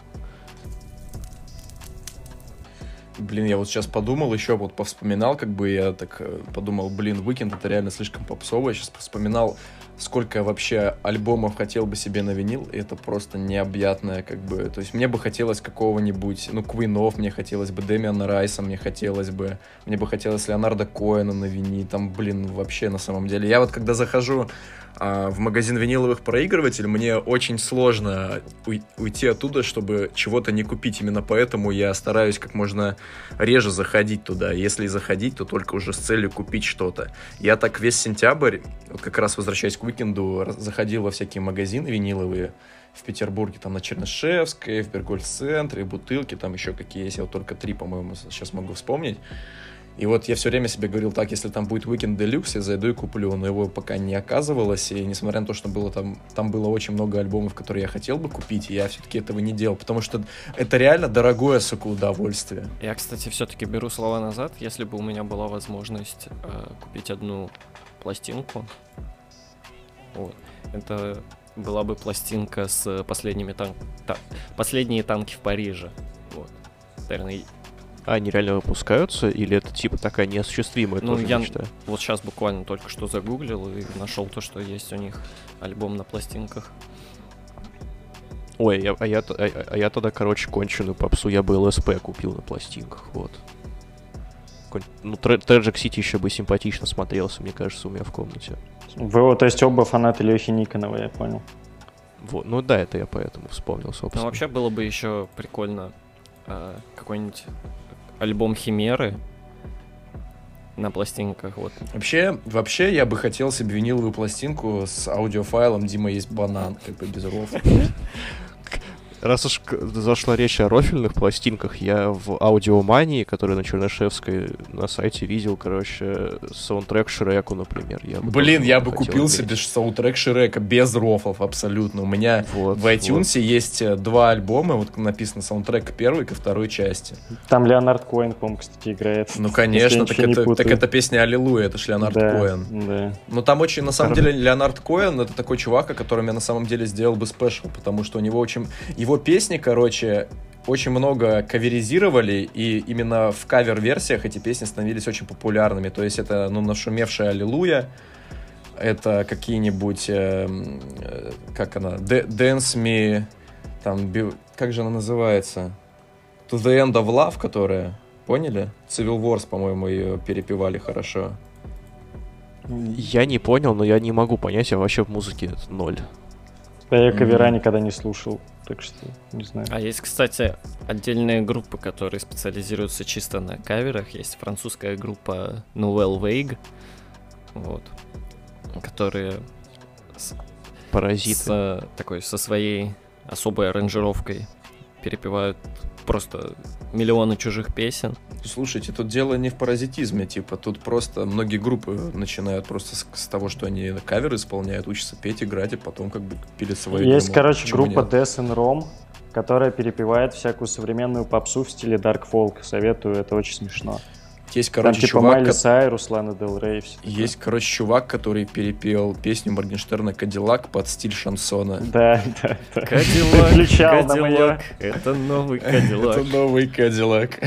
Блин, я вот сейчас подумал, еще вот повспоминал, как бы я так э, подумал, блин, Weeknd это реально слишком попсово. Я сейчас вспоминал, сколько я вообще альбомов хотел бы себе на винил, и это просто необъятное, как бы. То есть мне бы хотелось какого-нибудь, ну, Квинов, мне хотелось бы Дэмиана Райса, мне хотелось бы, мне бы хотелось Леонарда Коэна на вини, там, блин, вообще на самом деле. Я вот когда захожу а, в магазин виниловых проигрывателей, мне очень сложно уй- уйти оттуда, чтобы чего-то не купить. Именно поэтому я стараюсь как можно реже заходить туда. Если заходить, то только уже с целью купить что-то. Я так весь сентябрь, вот как раз возвращаясь к Уикенду, раз- заходил во всякие магазины виниловые в Петербурге, там на Чернышевской, в Бергольц-центре, Бутылки, там еще какие есть. Я вот только три, по-моему, сейчас могу вспомнить. И вот я все время себе говорил, так, если там будет Weekend Deluxe, я зайду и куплю, но его пока не оказывалось, и несмотря на то, что было там, там было очень много альбомов, которые я хотел бы купить, я все-таки этого не делал, потому что это реально дорогое, сука, удовольствие. Я, кстати, все-таки беру слова назад. Если бы у меня была возможность э, купить одну пластинку, вот, это была бы пластинка с последними тан... та- последние танки в Париже. Вот. Наверное, А они реально выпускаются, или это типа такая неосуществимая Ну, тоже я- мечта? вот сейчас буквально только что загуглил и нашел то, что есть у них альбом на пластинках. Ой, я- а, я, т- а, а я тогда, короче, конченую попсу, я бы ЛСП купил на пластинках, вот. Кон- Ну, Тре- Tragic City еще бы симпатично смотрелся, мне кажется, у меня в комнате. Вы, то есть, оба фанаты Лехи Никонова, я понял. Вот. Ну да, это я поэтому вспомнил, собственно. Ну, вообще было бы еще прикольно э, какой-нибудь альбом Химеры на пластинках, вот. Вообще, вообще я бы хотел себе виниловую пластинку с аудиофайлом «Дима есть банан», как бы без рофла. Раз уж к- зашла речь о рофельных пластинках, я в аудиомании, которая на Чернышевской на сайте видел, короче, саундтрек Шреку, например. Я бы Блин, тоже я бы хотел купил иметь. себе саундтрек Шрека без рофлов абсолютно. У меня Вот, в iTunes есть э, два альбома, вот написано саундтрек к первой, ко второй части. Там Леонард Коэн, по-моему, кстати, играет. Ну, конечно, Если так я ничего не это, так путаю. это песня «Аллилуйя», это ж Леонард Да, Коэн. Да. Но там очень, на самом Кор- деле, Леонард Коэн — это такой чувак, о котором я на самом деле сделал бы спешл, потому что у него очень... Его песни, короче, очень много каверизировали, и именно в кавер-версиях эти песни становились очень популярными. То есть это, ну, нашумевшая «Аллилуйя», это какие-нибудь, э, э, как она, «Dance Me», там, как же она называется? «To the End of Love», которая, поняли? Civil Wars, по-моему, ее перепевали хорошо. Я не понял, но я не могу понять, я вообще в музыке ноль. Да я кавера mm-hmm. никогда не слушал, так что не знаю. А есть, кстати, отдельные группы, которые специализируются чисто на каверах. Есть французская группа Nouvelle Vague, вот, которые с, Паразиты. С, такой, со своей особой аранжировкой перепевают просто миллионы чужих песен. Слушайте, тут дело не в паразитизме, типа, тут просто многие группы начинают просто с, с того, что они каверы исполняют, учатся петь, играть, и потом как бы пилят свои. Есть, громы. короче, Почему группа нет? Death and Rom, которая перепевает всякую современную попсу в стиле Dark Folk. Советую, это очень смешно. Есть, короче, Там типа чувак, Майли ко- Сайрус, Лана Дель Рей. есть, короче, чувак, который перепел песню Моргенштерна «Кадиллак» под стиль шансона. Да, да, да. Кадиллак, Включал на Кадиллак, моё. это новый Кадиллак. Это новый «Кадиллак».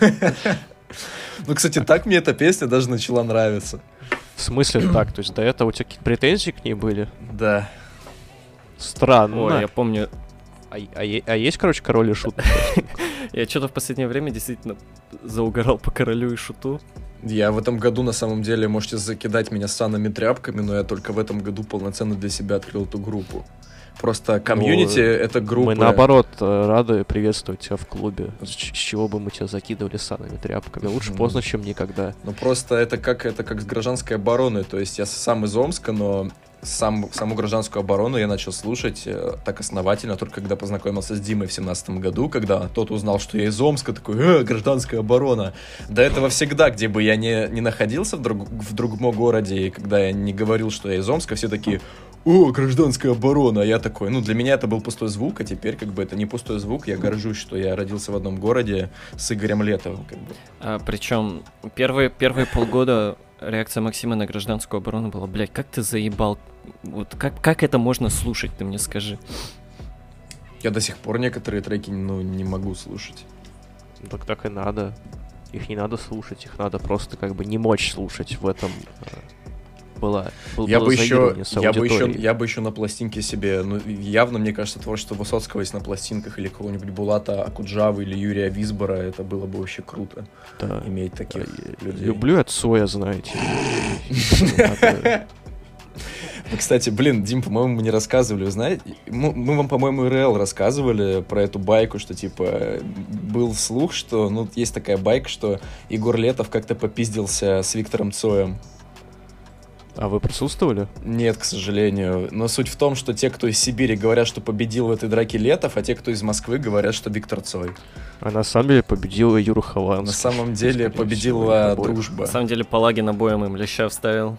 Ну, кстати, так мне эта песня даже начала нравиться. В смысле так? То есть до этого у тебя какие-то претензии к ней были? Да. Странно. Ой, я помню, А, а е- а есть, короче, король и шут? я что-то в последнее время действительно заугорал по королю и шуту. Я в этом году, на самом деле, можете закидать меня ссаными тряпками, но я только в этом году полноценно для себя открыл эту группу. Просто комьюнити Ну, — это группа... Мы, наоборот, э, рады приветствовать тебя в клубе. С, ч- с чего бы мы тебя закидывали санными тряпками? Лучше Мгм. поздно, чем никогда. Ну, просто это как, это как с гражданской обороной. То есть я сам из Омска, но сам, саму гражданскую оборону я начал слушать э, так основательно, только когда познакомился с Димой в семнадцатом году, когда тот узнал, что я из Омска, такой, э, гражданская оборона. До этого всегда, где бы я не, не находился в, друг, в другом городе, и когда я не говорил, что я из Омска, все такие... О, гражданская оборона, а я такой, ну, для меня это был пустой звук, а теперь, как бы, это не пустой звук, я горжусь, что я родился в одном городе с Игорем Летовым, как бы. А, причем первые, первые полгода реакция Максима на гражданскую оборону была, блядь, как ты заебал, вот как, как это можно слушать, ты мне скажи. Я до сих пор некоторые треки, ну, не могу слушать. Ну, так так и надо. Их не надо слушать, их надо просто как бы не мочь слушать. В этом э, была, был, Я было бы, еще, заигрывание с я, бы еще, аудиторией. я бы еще на пластинке себе, ну, явно, мне кажется, творчество Высоцкого есть на пластинках, или какого-нибудь Булата Акуджавы, или Юрия Висбора, это было бы вообще круто, Да. иметь таких Я людей. Люблю от Соя, знаете. Надо- Ну, кстати, блин, Дим, по-моему, мы не рассказывали, вы знаете, мы, мы вам, по-моему, ИРЛ рассказывали про эту байку, что, типа, был слух, что, ну, есть такая байка, что Егор Летов как-то попиздился с Виктором Цоем. А вы присутствовали? Нет, к сожалению. Но суть в том, что те, кто из Сибири, говорят, что победил в этой драке Летов, а те, кто из Москвы, говорят, что Виктор Цой. А на самом деле победила Юра Хованский. На самом деле Скорее победила всего, это бой. дружба. На самом деле Палагин обоим им леща вставил.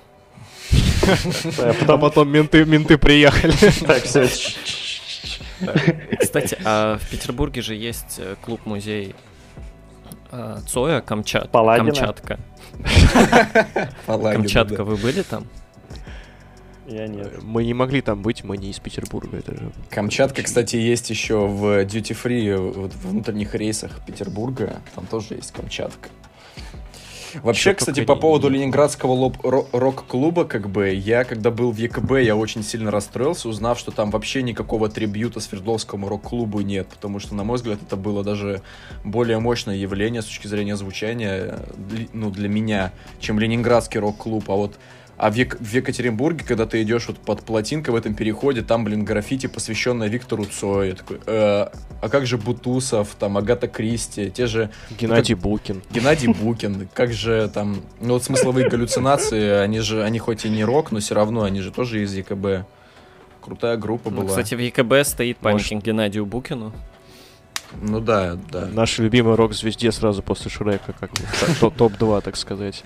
А потом менты, менты приехали. Так, все. Кстати, а в Петербурге же есть э, клуб-музей э, Цоя, Камчат... Палагина? Камчатка. Палагина, Камчатка, да. вы были там? Я нет. Мы не могли там быть, мы не из Петербурга. Это же... Камчатка, кстати, есть еще в Duty Free, вот в внутренних рейсах Петербурга. Там тоже есть Камчатка. Вообще, Чё кстати, только по не- поводу ленинградского лоб- ро- рок-клуба, как бы, я, когда был в ЕКБ, я очень сильно расстроился, узнав, что там вообще никакого трибьюта Свердловскому рок-клубу нет, потому что, на мой взгляд, это было даже более мощное явление с точки зрения звучания, дли- ну, для меня, чем ленинградский рок-клуб, а вот а в, Ек- в Екатеринбурге, когда ты идешь вот под плотинкой в этом переходе, там, блин, граффити, посвященное Виктору Цою. Я такой, э, а как же Бутусов, там, Агата Кристи, те же... Геннадий Букин. Геннадий Букин, как же там, ну вот смысловые галлюцинации, они же, они хоть и не рок, но все равно, они же тоже из ЕКБ. Крутая группа Ну, была. кстати, в ЕКБ стоит Может. памятник Геннадию Букину. Ну да, да. Нашей любимой рок-звезде сразу после Шрека, как топ- топ-два, так сказать.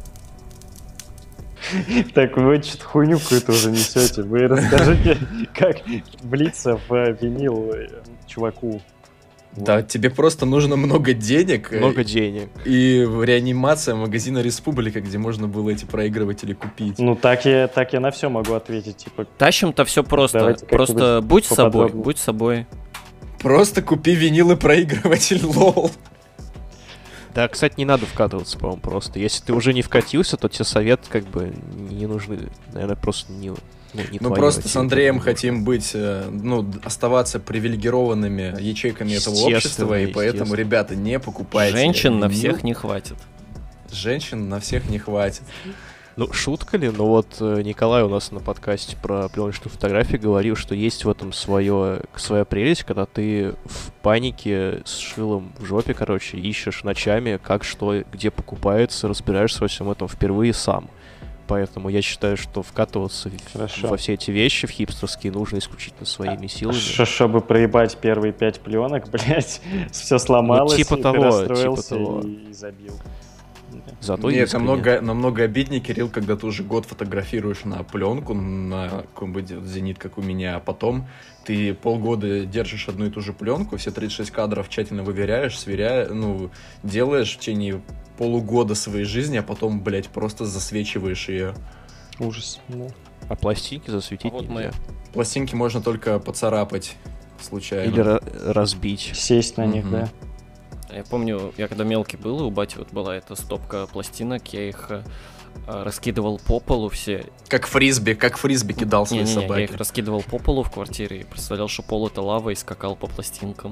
Так, вы что-то хуйню какую-то уже несете. Вы расскажите, как влиться в винил э, чуваку. Да, тебе просто нужно много денег. э, Много денег. И в реанимация магазина Республика, где можно было эти проигрыватели купить. Ну, так я, так я на все могу ответить. Типа, Тащим-то все просто. Давайте как-нибудь Просто будь собой, поподробнее. будь собой. Просто купи винил и проигрыватель, лол. Да, кстати, не надо вкатываться, по-моему, просто. Если ты уже не вкатился, то тебе совет как бы не нужны. Наверное, просто не... Ну, не Мы просто с Андреем хотим быть, ну, оставаться привилегированными ячейками этого общества, и поэтому, ребята, не покупайте. Женщин на всех не хватит. Женщин на всех не хватит. Ну, шутка ли? Но вот Николай у нас на подкасте про пленочную фотографию говорил, что есть в этом свое, своя прелесть, когда ты в панике с шилом в жопе, короче, ищешь ночами, как что, где покупается, разбираешься во всем этом впервые сам. Поэтому я считаю, что вкатываться Хорошо. во все эти вещи, в хипстерские, нужно исключительно своими силами. Ш- чтобы проебать первые пять пленок, блять, все сломалось, ну, типа и того, ты расстроился типа того. и забил. Зато Нет, намного, намного обиднее, Кирилл, когда ты уже год фотографируешь на пленку, на какой-нибудь зенит, как у меня, а потом ты полгода держишь одну и ту же пленку, все тридцать шесть кадров тщательно выверяешь, сверяешь, ну, делаешь в течение полугода своей жизни, а потом, блядь, просто засвечиваешь ее. Ужас. Да. А пластинки засветить А вот нельзя. мы- Пластинки можно только поцарапать случайно. Или ra- разбить. Сесть на них, Мгм. да. Я помню, я когда мелкий был, и у бати вот была эта стопка пластинок, я их э, раскидывал по полу все. Как фрисби, как фрисби кидал свои Не-не-не, я собаки. их раскидывал по полу в квартире и представлял, что пол это лава, и скакал по пластинкам.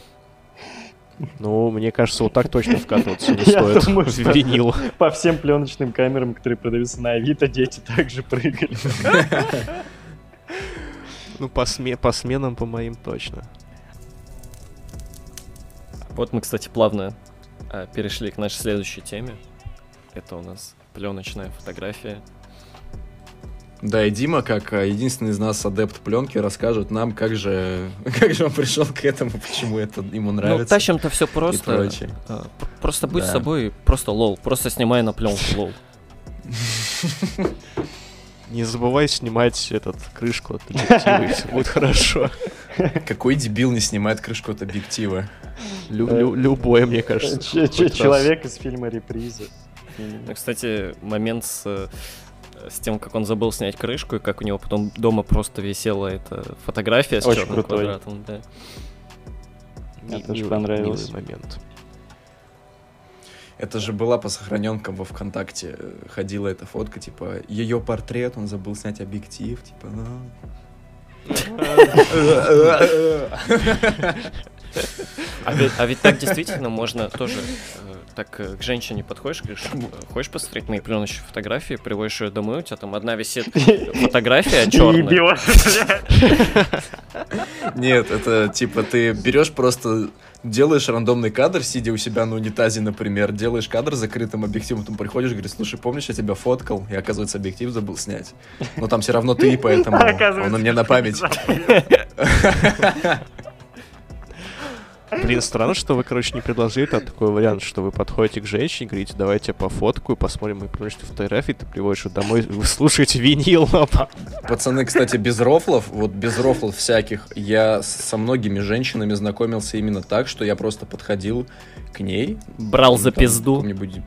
Ну, мне кажется, вот так точно вкатываться не Я стоит думаю, в что- винил. По всем пленочным камерам, которые продаются на Авито, дети также прыгали. Ну, по, сме- по сменам, по моим, точно. Вот мы, кстати, плавно э, перешли к нашей следующей теме. Это у нас пленочная фотография. Да, и Дима, как а, единственный из нас адепт пленки, расскажет нам, как же, как же он пришел к этому, почему это ему Ну, нравится. тащим-то все и просто. прочее. э, п- просто будь Да. собой, просто лол. Просто снимай на пленку лол. Не забывай снимать этот крышку от объектива, и все будет хорошо. Какой дебил не снимает крышку от объектива? Лю- лю- любое, мне кажется. Ч- ч- хоть раз. Человек из фильма «Реприза». Ну, кстати, момент с, э, с тем, как он забыл снять крышку, и как у него потом дома просто висела эта фотография с Очень черным крутой. квадратом. Да. Мне Ми- тоже милый- понравилось. милый момент. Это же была по сохраненкам во ВКонтакте. э, Ходила эта фотка, типа, ее портрет, он забыл снять объектив, типа, ну... А ведь, а ведь так действительно можно тоже э, так э, к женщине подходишь, говоришь, э, хочешь посмотреть мои пленочные фотографии, приводишь ее домой, у тебя там одна висит фотография черная. Ебёшь, Нет, это типа ты берешь просто, делаешь рандомный кадр, сидя у себя на унитазе, например, делаешь кадр с закрытым объективом, потом приходишь, говоришь, слушай, помнишь, я тебя фоткал, и оказывается объектив забыл снять. Но там все равно ты, поэтому он у меня на память. Блин, странно, что вы, короче, не предложили а такой вариант, что вы подходите к женщине, говорите, давайте я пофоткаю, посмотрим мои пленочные фотографии, ты приводишь ее домой, вы слушаете винил, а по- Пацаны, кстати, без рофлов, вот без рофлов всяких, я с- со многими женщинами знакомился именно так, что я просто подходил к ней. Брал за там, пизду. каком-нибудь-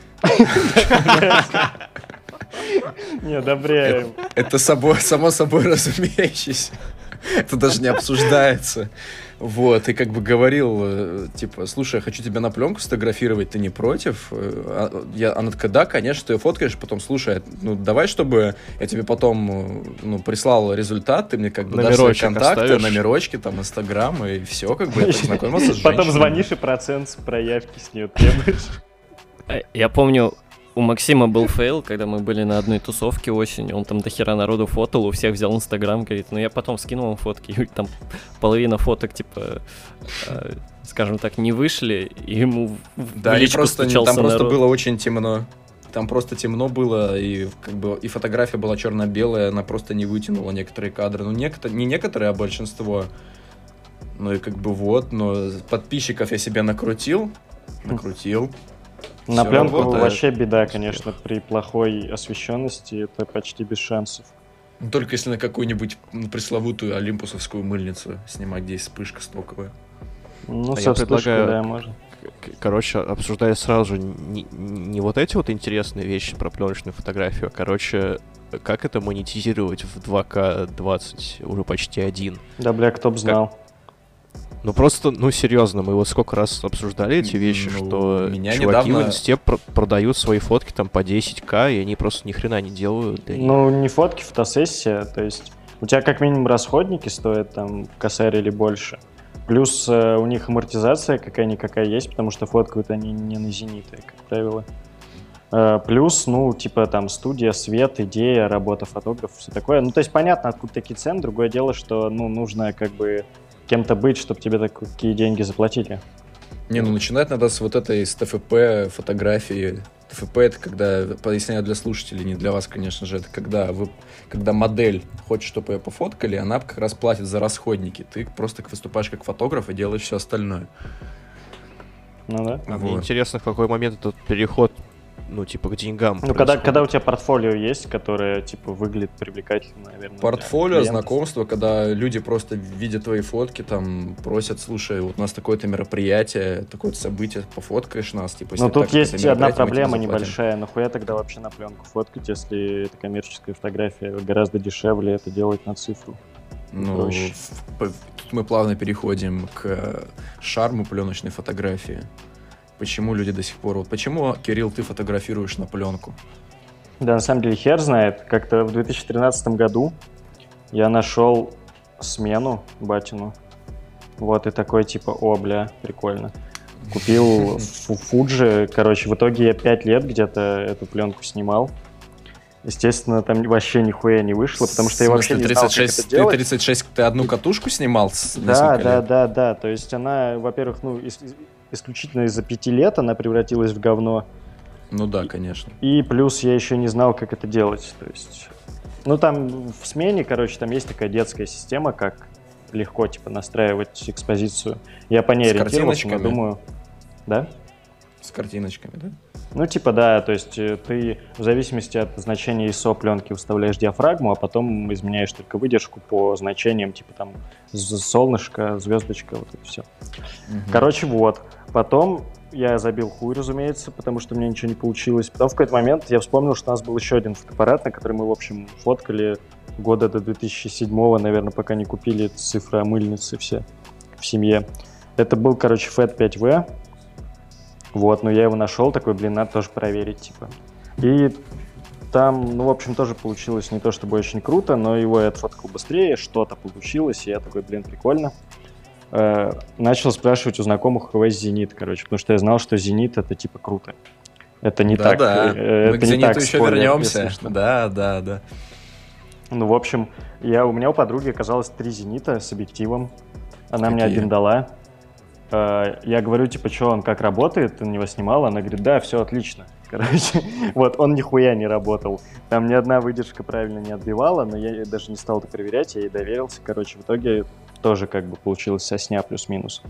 Не, одобряем. Это собой, само собой разумеющееся. Это даже не обсуждается. Вот, и как бы говорил, э, типа, слушай, я хочу тебя на пленку сфотографировать, ты не против? Э, а, я, она такая, да, конечно, ты ее фоткаешь, потом, слушай, ну, давай, чтобы я тебе потом, э, ну, прислал результат, ты мне как бы дашь свои Номерочек контакты, оставишь. номерочки, там, инстаграм, и все, как бы, я так знакомился с Потом женщиной. звонишь и процент с проявки с нее требуешь. А, Я помню, у Максима был фейл, когда мы были на одной тусовке осенью, он там дохера народу фотал, у всех взял инстаграм, говорит, ну я потом скинул вам фотки, и там половина фоток, типа, э, скажем так, не вышли, и ему в Да, в и личку просто, стучался там просто народ. было очень темно. Там просто темно было, и как бы и фотография была черно-белая, она просто не вытянула некоторые кадры. Ну, некоторые, не некоторые, а большинство. Ну и как бы вот, но подписчиков я себе накрутил, накрутил. На Всё пленку работает. вообще беда, конечно, при плохой освещенности это почти без шансов. Ну, только если на какую-нибудь ну, пресловутую олимпусовскую мыльницу снимать, где есть вспышка стоковая. Ну, А со я вспышкой, предлагаю- да, можно. К- Короче, обсуждая сразу же не, не вот эти вот интересные вещи про пленочную фотографию, а, короче, как это монетизировать в два ка двадцать, уже почти один. Да, бля, кто б знал. Ну просто, ну серьезно, мы вот сколько раз обсуждали эти вещи, Ну, что меня чуваки недавно- в инсте пр- продают свои фотки там по десять тысяч, и они просто ни хрена не делают. и они- Ну, не фотки, фотосессия, то есть у тебя как минимум расходники стоят там косарь или больше. Плюс э, у них амортизация какая-никакая есть, потому что фоткают они не на зениты, как правило. Э, плюс, ну, типа там студия, свет, идея, работа фотографа, все такое. Ну, то есть понятно, откуда такие цены. Другое дело, что, ну, нужно как бы кем-то быть, чтобы тебе такие деньги заплатили. Не, ну начинать надо с вот этой, с ТФП фотографии. ТФП — это когда, поясняю для слушателей, не для вас, конечно же, это когда вы, когда модель хочет, чтобы ее пофоткали, она как раз платит за расходники. Ты просто выступаешь как фотограф и делаешь все остальное. Ну да. А мне Вот. интересно, в какой момент этот переход, ну, типа, к деньгам. Ну, когда, происходит. когда у тебя портфолио есть, которое, типа, выглядит привлекательно, наверное. для Портфолио, клиентов. знакомство, когда люди просто видят твои фотки, там, просят, слушай, вот у нас такое-то мероприятие, такое-то событие, пофоткаешь нас, типа, Но если тут так, это есть одна мероприятие, мы тебе проблема заплатим. небольшая. Нахуя тогда вообще на пленку фоткать, если это коммерческая фотография? Гораздо дешевле это делать на цифру. Ну, проще. в- по- тут мы плавно переходим к э, шарму пленочной фотографии. Почему люди до сих пор... Вот почему, Кирилл, ты фотографируешь на пленку? Да, на самом деле хер знает. Как-то в две тысячи тринадцатом году я нашел смену батину. Вот, и такой типа, о, бля, прикольно. Купил фу- Fuji. Короче, в итоге я пять лет где-то эту пленку снимал. Естественно, там вообще нихуя не вышло, потому что я В вообще смысле, не знал, тридцать как шесть, это делать. ты тридцать шесть, ты одну катушку снимал с Да, несколько да, лет? да, да. То есть она, во-первых, ну, ис- исключительно из-за пяти лет она превратилась в говно. Ну да, конечно. И плюс я еще не знал, как это делать. То есть, ну, там в смене, короче, там есть такая детская система, как легко, типа, настраивать экспозицию. Я по ней С ориентировался, но картиночками? думаю... Да? С картиночками, да? Ну, типа, да, то есть э, ты в зависимости от значения ай эс о пленки выставляешь диафрагму, а потом изменяешь только выдержку по значениям, типа там з- солнышко, звездочка, вот это все. Мгм. Короче, вот. Потом я забил хуй, разумеется, потому что у меня ничего не получилось. Потом в какой-то момент я вспомнил, что у нас был еще один фотоаппарат, на который мы, в общем, фоткали года до две тысячи седьмого, наверное, пока не купили цифромыльницы все в семье. Это был, короче, Фэт пять вэ. Вот, но я его нашел, такой, блин, надо тоже проверить, типа. И там, ну, в общем, тоже получилось не то чтобы очень круто, но его я отфоткал быстрее, что-то получилось, и я такой, блин, прикольно. Э, начал спрашивать у знакомых, у кого есть «Зенит», короче, потому что я знал, что «Зенит» — это, типа, круто. Это не так. Да-да, э, мы это к не «Зениту» так, еще спойлер, вернемся. если что. Да, да, да. Ну, в общем, я, у меня у подруги оказалось три «Зенита» с объективом. Она мне Какие? один дала. Э, Я говорю, типа, что он как работает, ты на него снимал? Она говорит, да, все отлично. Короче, вот, он нихуя не работал. Там ни одна выдержка правильно не отбивала, но я даже не стал это проверять, я ей доверился. Короче, в итоге тоже как бы получилось сосня плюс-минус.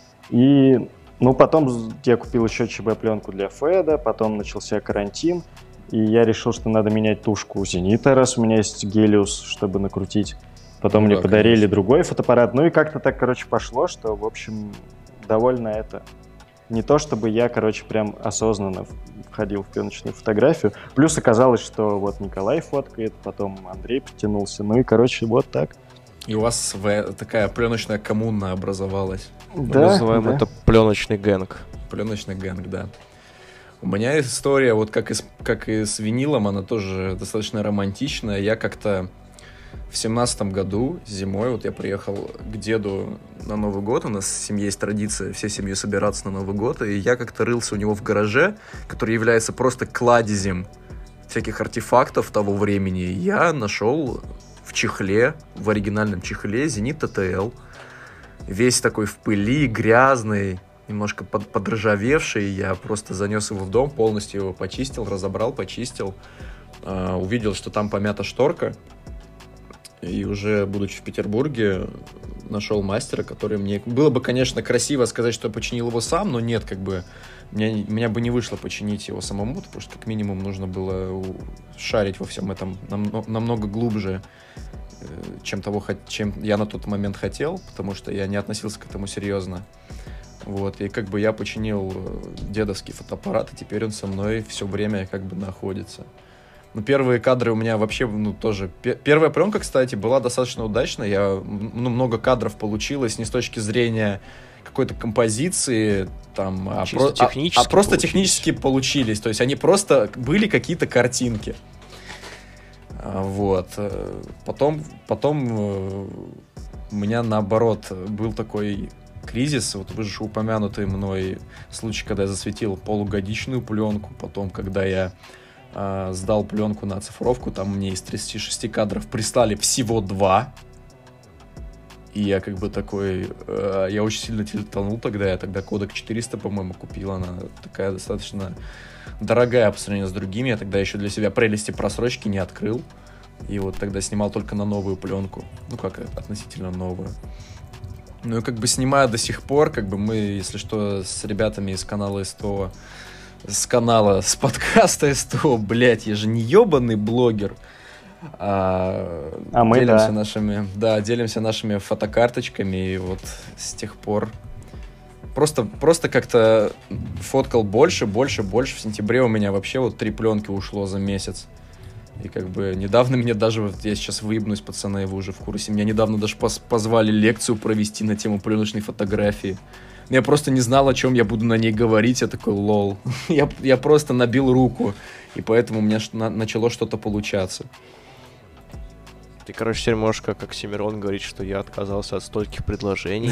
И, ну, потом я купил еще ЧБ-пленку для Феда, потом начался карантин, и я решил, что надо менять тушку у «Зенита», раз у меня есть Гелиус, чтобы накрутить. Потом Ну мне да, подарили конечно. другой фотоаппарат. Ну и как-то так, короче, пошло, что, в общем, довольно это... Не то, чтобы я, короче, прям осознанно входил в пленочную фотографию. Плюс оказалось, что вот Николай фоткает, потом Андрей подтянулся. Ну и, короче, вот так. И у вас в- такая пленочная коммуна образовалась. Мы Да, называем да. это пленочный гэнг. Пленочный гэнг, да. У меня история, вот как и, с, как и с винилом, она тоже достаточно романтичная. Я как-то в семнадцатом году зимой, вот я приехал к деду на Новый год, у нас в семье есть традиция всей семьей собираться на Новый год, и я как-то рылся у него в гараже, который является просто кладезем всяких артефактов того времени. Я нашел в чехле, в оригинальном чехле Зенит тэ тэ эл, весь такой в пыли, грязный, немножко под, подржавевший. Я просто занес его в дом, полностью его почистил, разобрал, почистил. Э, увидел, что там помята шторка. И уже, будучи в Петербурге, нашел мастера, который мне... Было бы, конечно, красиво сказать, что я починил его сам, но нет, как бы... Меня, меня бы не вышло починить его самому, потому что, как минимум, нужно было у- шарить во всем этом нам- намного глубже, э, чем, того, хот- чем я на тот момент хотел, потому что я не относился к этому серьезно. Вот, и как бы я починил э, дедовский фотоаппарат, и теперь он со мной все время как бы находится. Ну, первые кадры у меня вообще, ну, тоже... Первая пленка, кстати, была достаточно удачная. Я, ну, много кадров получилось не с точки зрения какой-то композиции, там, а, про... а, а просто получились. технически получились. То есть они просто были какие-то картинки. Вот. Потом, потом у меня, наоборот, был такой кризис, вот уже упомянутый мной случай, когда я засветил полугодичную пленку, потом, когда я э, сдал пленку на оцифровку, там мне из тридцати шести кадров прислали всего два, и я как бы такой, э, я очень сильно тянул тогда, я тогда кодек четыреста, по-моему, купил, она такая достаточно дорогая по сравнению с другими, я тогда еще для себя прелести просрочки не открыл, и вот тогда снимал только на новую пленку, ну как относительно новую. Ну и как бы снимаю до сих пор, как бы мы, если что, с ребятами из канала СТО, с канала, с подкаста СТО, блять, я же не ебаный блогер, а, а мы, делимся да. нашими, да, делимся нашими фотокарточками, и вот с тех пор просто, просто как-то фоткал больше, больше, больше. В сентябре у меня вообще вот три пленки ушло за месяц. И как бы недавно мне даже, вот я сейчас выебнусь, пацаны, вы уже в курсе, меня недавно даже пос- позвали лекцию провести на тему пленочной фотографии. Я просто не знал, о чем я буду на ней говорить, я такой, лол. я, я просто набил руку, и поэтому у меня ш- на- начало что-то получаться. Ты, короче, теперь можешь, как Оксимирон, говорить, что я отказался от стольких предложений.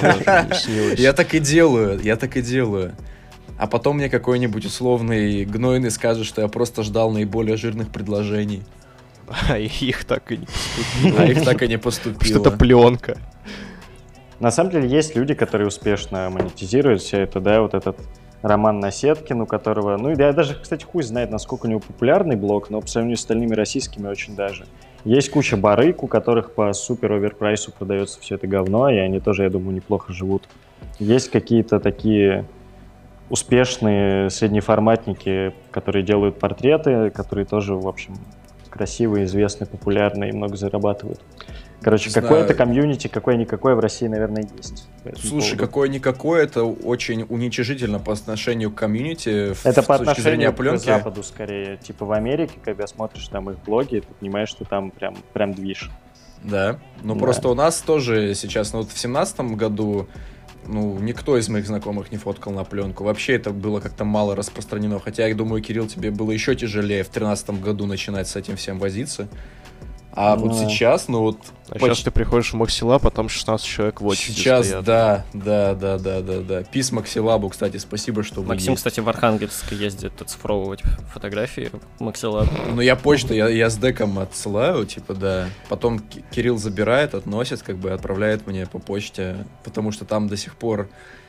Я так и делаю, я так и делаю. А потом мне какой-нибудь условный гнойный скажет, что я просто ждал наиболее жирных предложений. А их так и не поступило. А их так и не поступило. Что-то пленка. На самом деле есть люди, которые успешно монетизируют все это, да, вот этот Роман Насеткин, у которого, ну, я даже, кстати, хуй знает, насколько у него популярный блог, но по сравнению с остальными российскими очень даже. Есть куча барыг, у которых по супер оверпрайсу продается все это говно, и они тоже, я думаю, неплохо живут. Есть какие-то такие успешные среднеформатники, которые делают портреты, которые тоже, в общем, красивые, известные, популярные и много зарабатывают. Короче, какое-то комьюнити, какое-никакое в России, наверное, есть. Слушай, какое-никакое, это очень уничижительно по отношению к комьюнити. Это по отношению к Западу скорее. Типа в Америке, когда смотришь там их блоги, ты понимаешь, что там прям, прям движ. Да, ну да. Просто у нас тоже сейчас, ну вот в семнадцатом году, ну, никто из моих знакомых не фоткал на пленку. Вообще это было как-то мало распространено. Хотя, я думаю, Кирилл, тебе было еще тяжелее в тринадцатом году начинать с этим всем возиться. А ну, вот сейчас, ну вот... А почти... сейчас ты приходишь в Максилаб, а там шестнадцать человек в очереди Сейчас, стоят. да, да, да, да, да, да. Пис Максилабу, кстати, спасибо, что вы Максим, есть. Кстати, в Архангельск ездит оцифровывать фотографии Максилаб. Ну, я почту, я, я с деком отсылаю, типа, да. Потом Кирилл забирает, относит, как бы отправляет мне по почте, потому что там до сих пор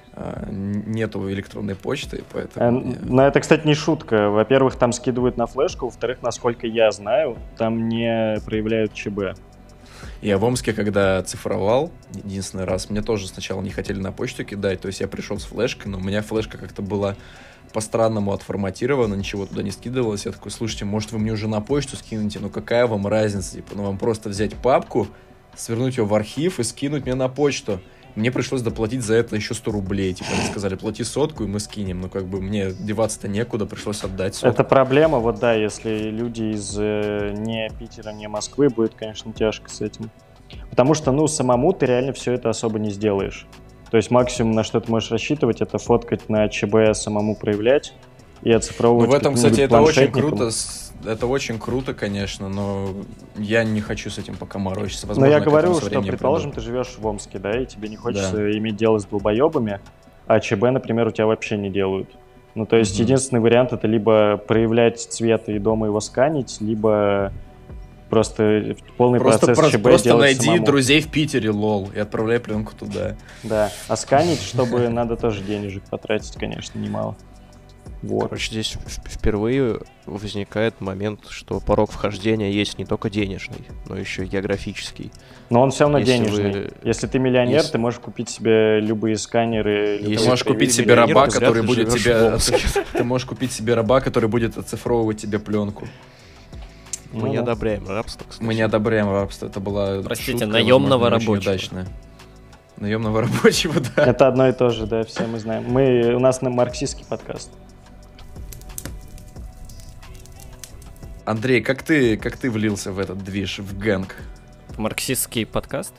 нету электронной почты, поэтому... Э, но это, кстати, не шутка. Во-первых, там скидывают на флешку, во-вторых, насколько я знаю, там не проявляют ЧБ. Я в Омске, когда цифровал единственный раз, мне тоже сначала не хотели на почту кидать, то есть я пришел с флешкой, но у меня флешка как-то была по-странному отформатирована, ничего туда не скидывалось. Я такой, слушайте, может, вы мне уже на почту скинете? Ну, какая вам разница? Типа, ну, вам просто взять папку, свернуть ее в архив и скинуть мне на почту. Мне пришлось доплатить за это еще сто рублей. Типа, они сказали, плати сотку, и мы скинем. Ну, как бы, мне деваться-то некуда, пришлось отдать сотку. Это проблема, вот да, если люди из э, не Питера, не Москвы, будет, конечно, тяжко с этим. Потому что, ну, самому ты реально все это особо не сделаешь. То есть максимум, на что ты можешь рассчитывать, это фоткать на ЧБ, самому проявлять и оцифровывать. Ну, в этом, кстати, это очень круто. Это очень круто, конечно, но я не хочу с этим пока морочиться. Но я говорю, что, предположим, ты живешь в Омске, да, и тебе не хочется да. иметь дело с долбоебами, а ЧБ, например, у тебя вообще не делают. Ну, то есть mm-hmm. единственный вариант — это либо проявлять цвет и дома его сканить, либо просто полный просто процесс про- ЧБ просто делать найди самому. Друзей в Питере, лол, и отправляй пленку туда. Да, а сканить, чтобы надо тоже денежек потратить, конечно, немало. Вот. Короче, здесь впервые возникает момент, что порог вхождения есть не только денежный, но еще и географический. Но он все равно Если денежный. вы... Если ты миллионер, Если... ты можешь купить себе любые сканеры. Если ты можешь купить себе раба, который будет тебе... Ты можешь купить себе раба, который будет оцифровывать тебе пленку. Мы не одобряем рабство, кстати. Мы не одобряем рабство. Это была Простите, шутка, наемного возможно, рабочего. Удачная. Наемного рабочего, да. Это одно и то же, да, все мы знаем. Мы, у нас на марксистский подкаст. Андрей, как ты, как ты влился в этот движ, в гэнг? Марксистский подкаст?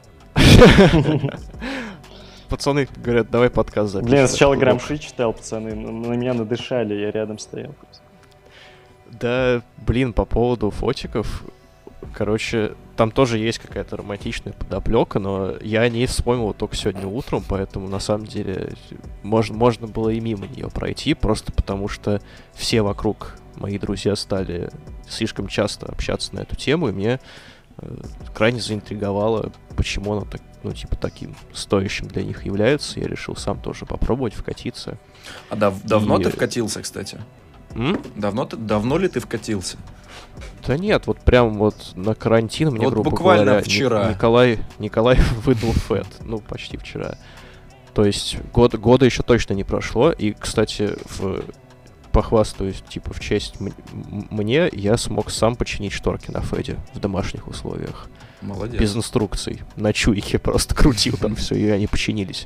Пацаны говорят, давай подкаст запишем. Блин, сначала Грамши читал, пацаны, на меня надышали, я рядом стоял. Да, блин, по поводу фотиков, короче, там тоже есть какая-то романтичная подоплека, но я о ней вспомнил только сегодня утром, поэтому на самом деле можно, можно было и мимо нее пройти, просто потому что все вокруг мои друзья стали слишком часто общаться на эту тему, и мне э, крайне заинтриговало, почему она так, ну, типа, таким стоящим для них является. Я решил сам тоже попробовать вкатиться. А дав- давно И- ты вкатился, кстати? М? Давно, ты, давно ли ты вкатился? Да нет, вот прям вот на карантин мне, Вот грубо буквально говоря, Ни- вчера. Николай, Николай выдал фэт, ну, почти вчера. То есть год, года еще точно не прошло, и, кстати, в, похвастаюсь, типа, в честь м- м- мне, я смог сам починить шторки на фэде в домашних условиях. Молодец. Без инструкций. На чуйке просто крутил там все, и они починились.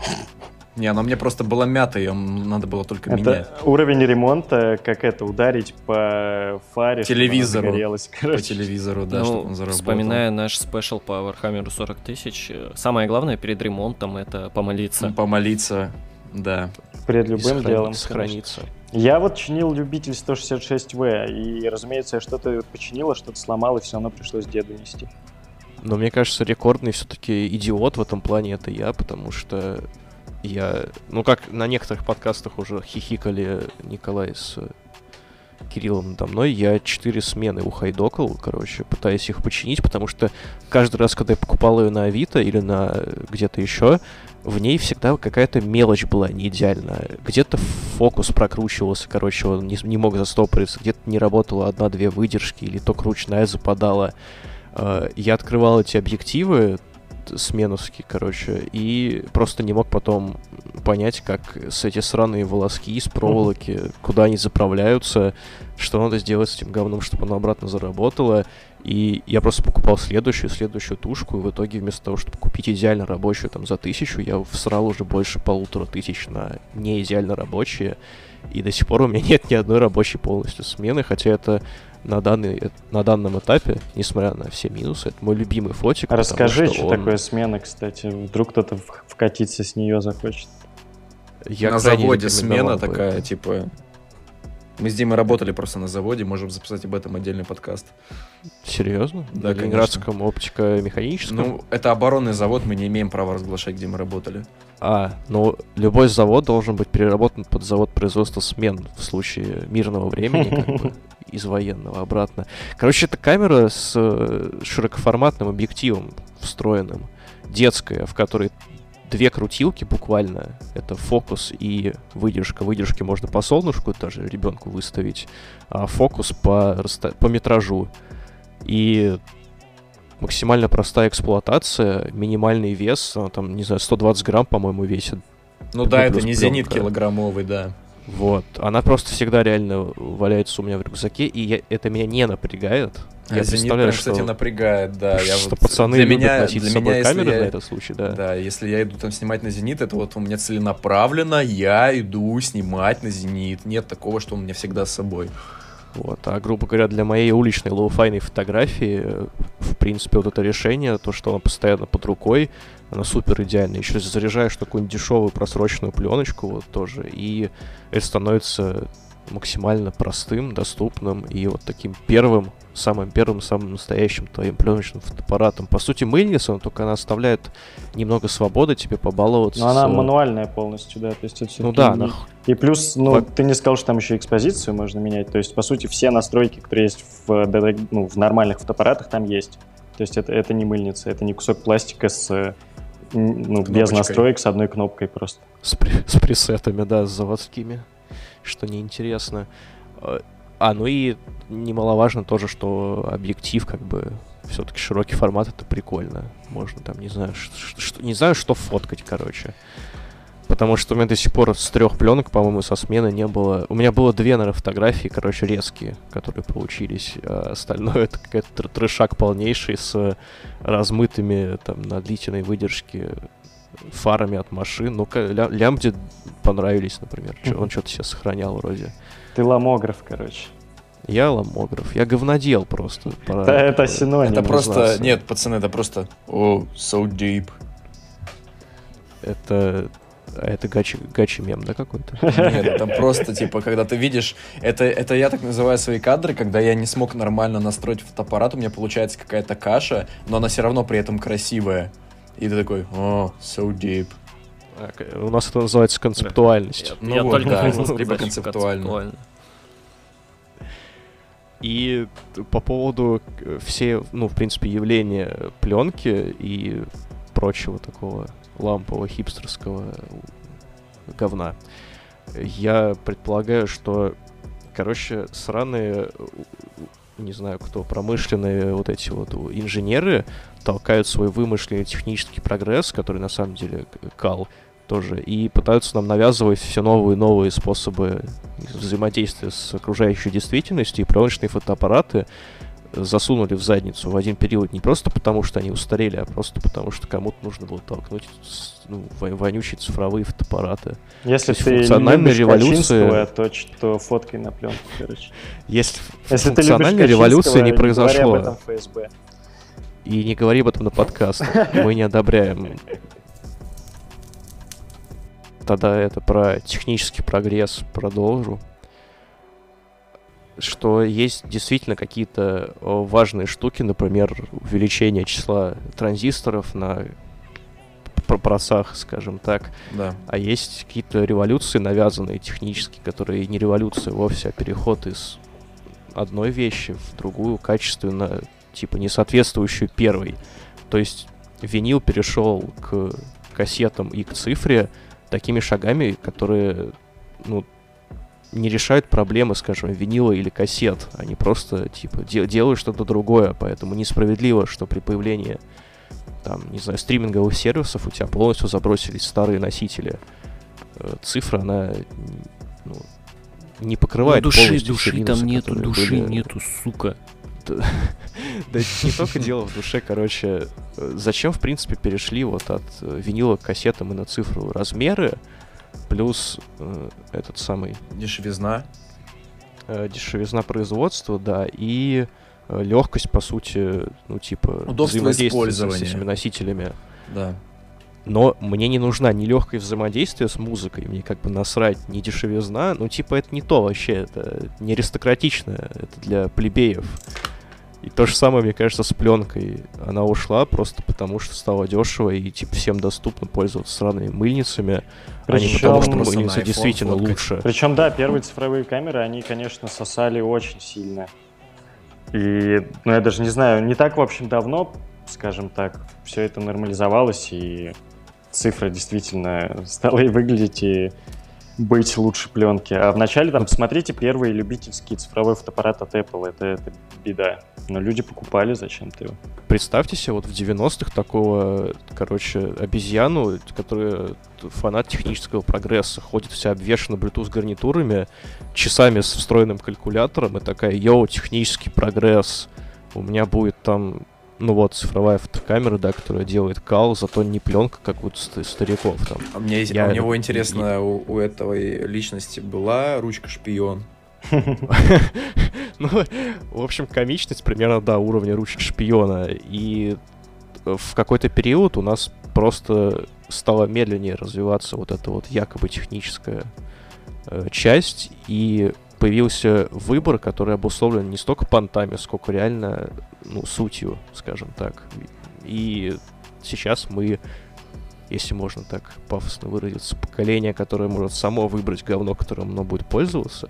Не, она мне просто была мята, ее надо было только менять. Это уровень ремонта, как это, ударить по фаре, Телевизору. чтобы она загорелась, По короче. телевизору, да, Ну, чтобы он заработал. вспоминая наш спешл по Warhammer сорок тысяч, э, самое главное перед ремонтом — это помолиться. Помолиться, да. Перед И любым сохрани- делом. конечно. Сохраниться. Я вот чинил любитель сто шестьдесят шесть вэ, и, разумеется, я что-то починил, а что-то сломал, и все равно пришлось деду нести. Но мне кажется, рекордный все-таки идиот в этом плане это я, потому что я, ну как на некоторых подкастах уже хихикали Николай с э, Кириллом надо мной, я четыре смены ухайдокал, короче, пытаясь их починить, потому что каждый раз, когда я покупал ее на Авито или на э, где-то еще, в ней всегда какая-то мелочь была не идеальная. Где-то фокус прокручивался, короче, он не, не мог застопориться, где-то не работала одна-две выдержки, или только ручная западала. Э, Я открывал эти объективы, сменовский, короче, и просто не мог потом понять, как с эти сраные волоски из проволоки, куда они заправляются, что надо сделать с этим говном, чтобы оно обратно заработало. И я просто покупал следующую, следующую тушку, и в итоге вместо того, чтобы купить идеально рабочую там за тысячу, я всрал уже больше полутора тысяч на не идеально рабочие, и до сих пор у меня нет ни одной рабочей полностью смены, хотя это на, данный, на данном этапе, несмотря на все минусы, это мой любимый фотик. Расскажи, потому что он- такое смена, кстати. Вдруг кто-то в- вкатиться с нее захочет. Я на крайне заводе рекомендовал смена бы. такая, типа... Мы с Димой работали просто на заводе, можем записать об этом отдельный подкаст. Серьезно? Да, На Ленинградском оптико-механическом? Ну, это оборонный завод, мы не имеем права разглашать, где мы работали. А, ну, любой завод должен быть переработан под завод производства смен в случае мирного времени, как бы, из военного обратно. Короче, это камера с э, широкоформатным объективом встроенным, детская, в которой две крутилки буквально. Это фокус и выдержка. Выдержки можно по солнышку даже ребенку выставить, а фокус по, раста- по метражу. И максимально простая эксплуатация, минимальный вес, она там, не знаю, сто двадцать грамм, по-моему, весит. Ну да, это плюс не пленка. зенит килограммовый, да. Вот. Она просто всегда реально валяется у меня в рюкзаке, и я, это меня не напрягает. А Я зенит представляю, прям, что, кстати, напрягает, да. Я что вот- пацаны для любят меня, носить для с собой меня, если камеры я- на этот случай, да. Да, если я иду там снимать на зенит, это вот у меня целенаправленно, я иду снимать на зенит. Нет такого, что он у меня всегда с собой. Вот. А, грубо говоря, для моей уличной лоу-файной фотографии, э, в принципе, вот это решение, то, что она постоянно под рукой, она супер идеальная. Еще заряжаешь такую дешевую просроченную пленочку, вот тоже, и это становится максимально простым, доступным и вот таким первым, самым первым, самым настоящим твоим пленочным фотоаппаратом. По сути, мыльница, но только она оставляет немного свободы тебе побаловаться. Но она с- мануальная полностью, да, то есть это Ну всё-таки да, не- она И плюс, ну, Во- ты не сказал, что там еще экспозицию можно менять, то есть, по сути, все настройки, которые есть в, да, ну, в нормальных фотоаппаратах, там есть. То есть это, это не мыльница, это не кусок пластика с, э, н- ну, без Кнопочкой. настроек, с одной кнопкой просто. С, при- с пресетами, да, с заводскими, что неинтересно. Э, А, ну и немаловажно тоже, что объектив, как бы, все-таки широкий формат, это прикольно. Можно там, не знаю, ш- ш- что, не знаю, что фоткать, короче. Потому что у меня до сих пор с трех пленок, по-моему, со смены не было. У меня было две, наверное, фотографии, короче, резкие, которые получились. А остальное это какой-то тр- трешак полнейший с размытыми там на длительной выдержке фарами от машин. Ну-ка, Лям- Лямбде понравились, например. Чё- Мгм. Он что-то себе сохранял вроде. Ты ломограф, короче. Я ломограф. Я говнодел просто. Пора, Да, это синоним. Это просто... признаться. Нет, пацаны, это просто... О, so deep. Это... А это гачи, гачи мем, да, какой-то? Нет, это просто, типа, когда ты видишь... Это, это я так называю свои кадры, когда я не смог нормально настроить фотоаппарат, у меня получается какая-то каша, но она все равно при этом красивая. И ты такой, о, so deep. А, к- У нас это называется концептуальность. Ну Я вот, только да, хотел либо сказать, что концептуально. И по поводу э, всей, ну, в принципе, явления пленки и прочего такого лампового хипстерского говна, я предполагаю, что, короче, сраные, не знаю кто, промышленные вот эти вот инженеры толкают свой вымышленный технический прогресс, который на самом деле кал тоже, и пытаются нам навязывать все новые и новые способы взаимодействия с окружающей действительностью, и пленочные фотоаппараты засунули в задницу в один период не просто потому, что они устарели, а просто потому, что кому-то нужно было толкнуть ну, вонючие цифровые фотоаппараты. Если То есть ты не функциональная любишь революция- Качинского, то, то фоткай на пленку, короче. Если, Если ты любишь функциональная революция не Качинского, говори произошла, об этом в эф эс бэ. и не говори об этом на подкаст, мы не одобряем. Тогда это про технический прогресс продолжу. Что есть действительно какие-то о, важные штуки, например, увеличение числа транзисторов на пропорцах, скажем так. Да. А есть какие-то революции, навязанные технически, которые не революция вовсе, а переход из одной вещи в другую, качественно, типа, не соответствующую первой. То есть винил перешел к кассетам и к цифре такими шагами, которые, ну, не решают проблемы, скажем, винила или кассет. Они просто, типа, де- делают что-то другое. Поэтому несправедливо, что при появлении, там, не знаю, стриминговых сервисов у тебя полностью забросились старые носители. Э, Цифра, она, ну, не покрывает души, полностью души все минусы, там нету, которые души были. нету, сука. Да не только дело в душе, короче. э, Зачем, в принципе, перешли вот от э, винила к кассетам и на цифру? Размеры, плюс э, этот самый Дешевизна. э, дешевизна производства, да, и э, легкость, по сути, ну, типа, Удобство взаимодействия с использования. этими носителями. Да. Но мне не нужна ни легкое взаимодействие с музыкой, мне как бы насрать, ни дешевизна, ну, типа, это не то вообще, это не аристократично, это для плебеев. И то же самое, мне кажется, с пленкой. Она ушла просто потому, что стало дешево и, типа, всем доступно пользоваться сраными мыльницами, а не Причём потому, что просто на мыльницы iPhone действительно фоткать. лучше. Причем, да, первые цифровые камеры, они, конечно, сосали очень сильно. И, ну, я даже не знаю, не так, в общем, давно, скажем так, все это нормализовалось, и цифра действительно стала и выглядеть, и быть лучше пленки. А вначале, там, посмотрите, первый любительский цифровой фотоаппарат от Apple, это, это беда. Но люди покупали зачем-то его. Представьте себе вот в девяностых такого, короче, обезьяну, которая фанат технического прогресса, ходит вся обвешана Bluetooth гарнитурами, часами с встроенным калькулятором, и такая: йоу, технический прогресс, у меня будет там, ну вот, цифровая фотокамера, да, которая делает кал, зато не пленка, как вот ст- стариков там. А, мне, есть- Я- а у него, интересно, у, у этой личности была ручка-шпион. Ну, в общем, комичность примерно до уровня ручки шпиона. И в какой-то период у нас просто стала медленнее развиваться вот эта вот якобы техническая э, часть, и появился выбор, который обусловлен не столько понтами, сколько реально, ну, сутью, скажем так. И сейчас мы, если можно так пафосно выразиться, поколение, которое может само выбрать говно, которым оно будет пользоваться.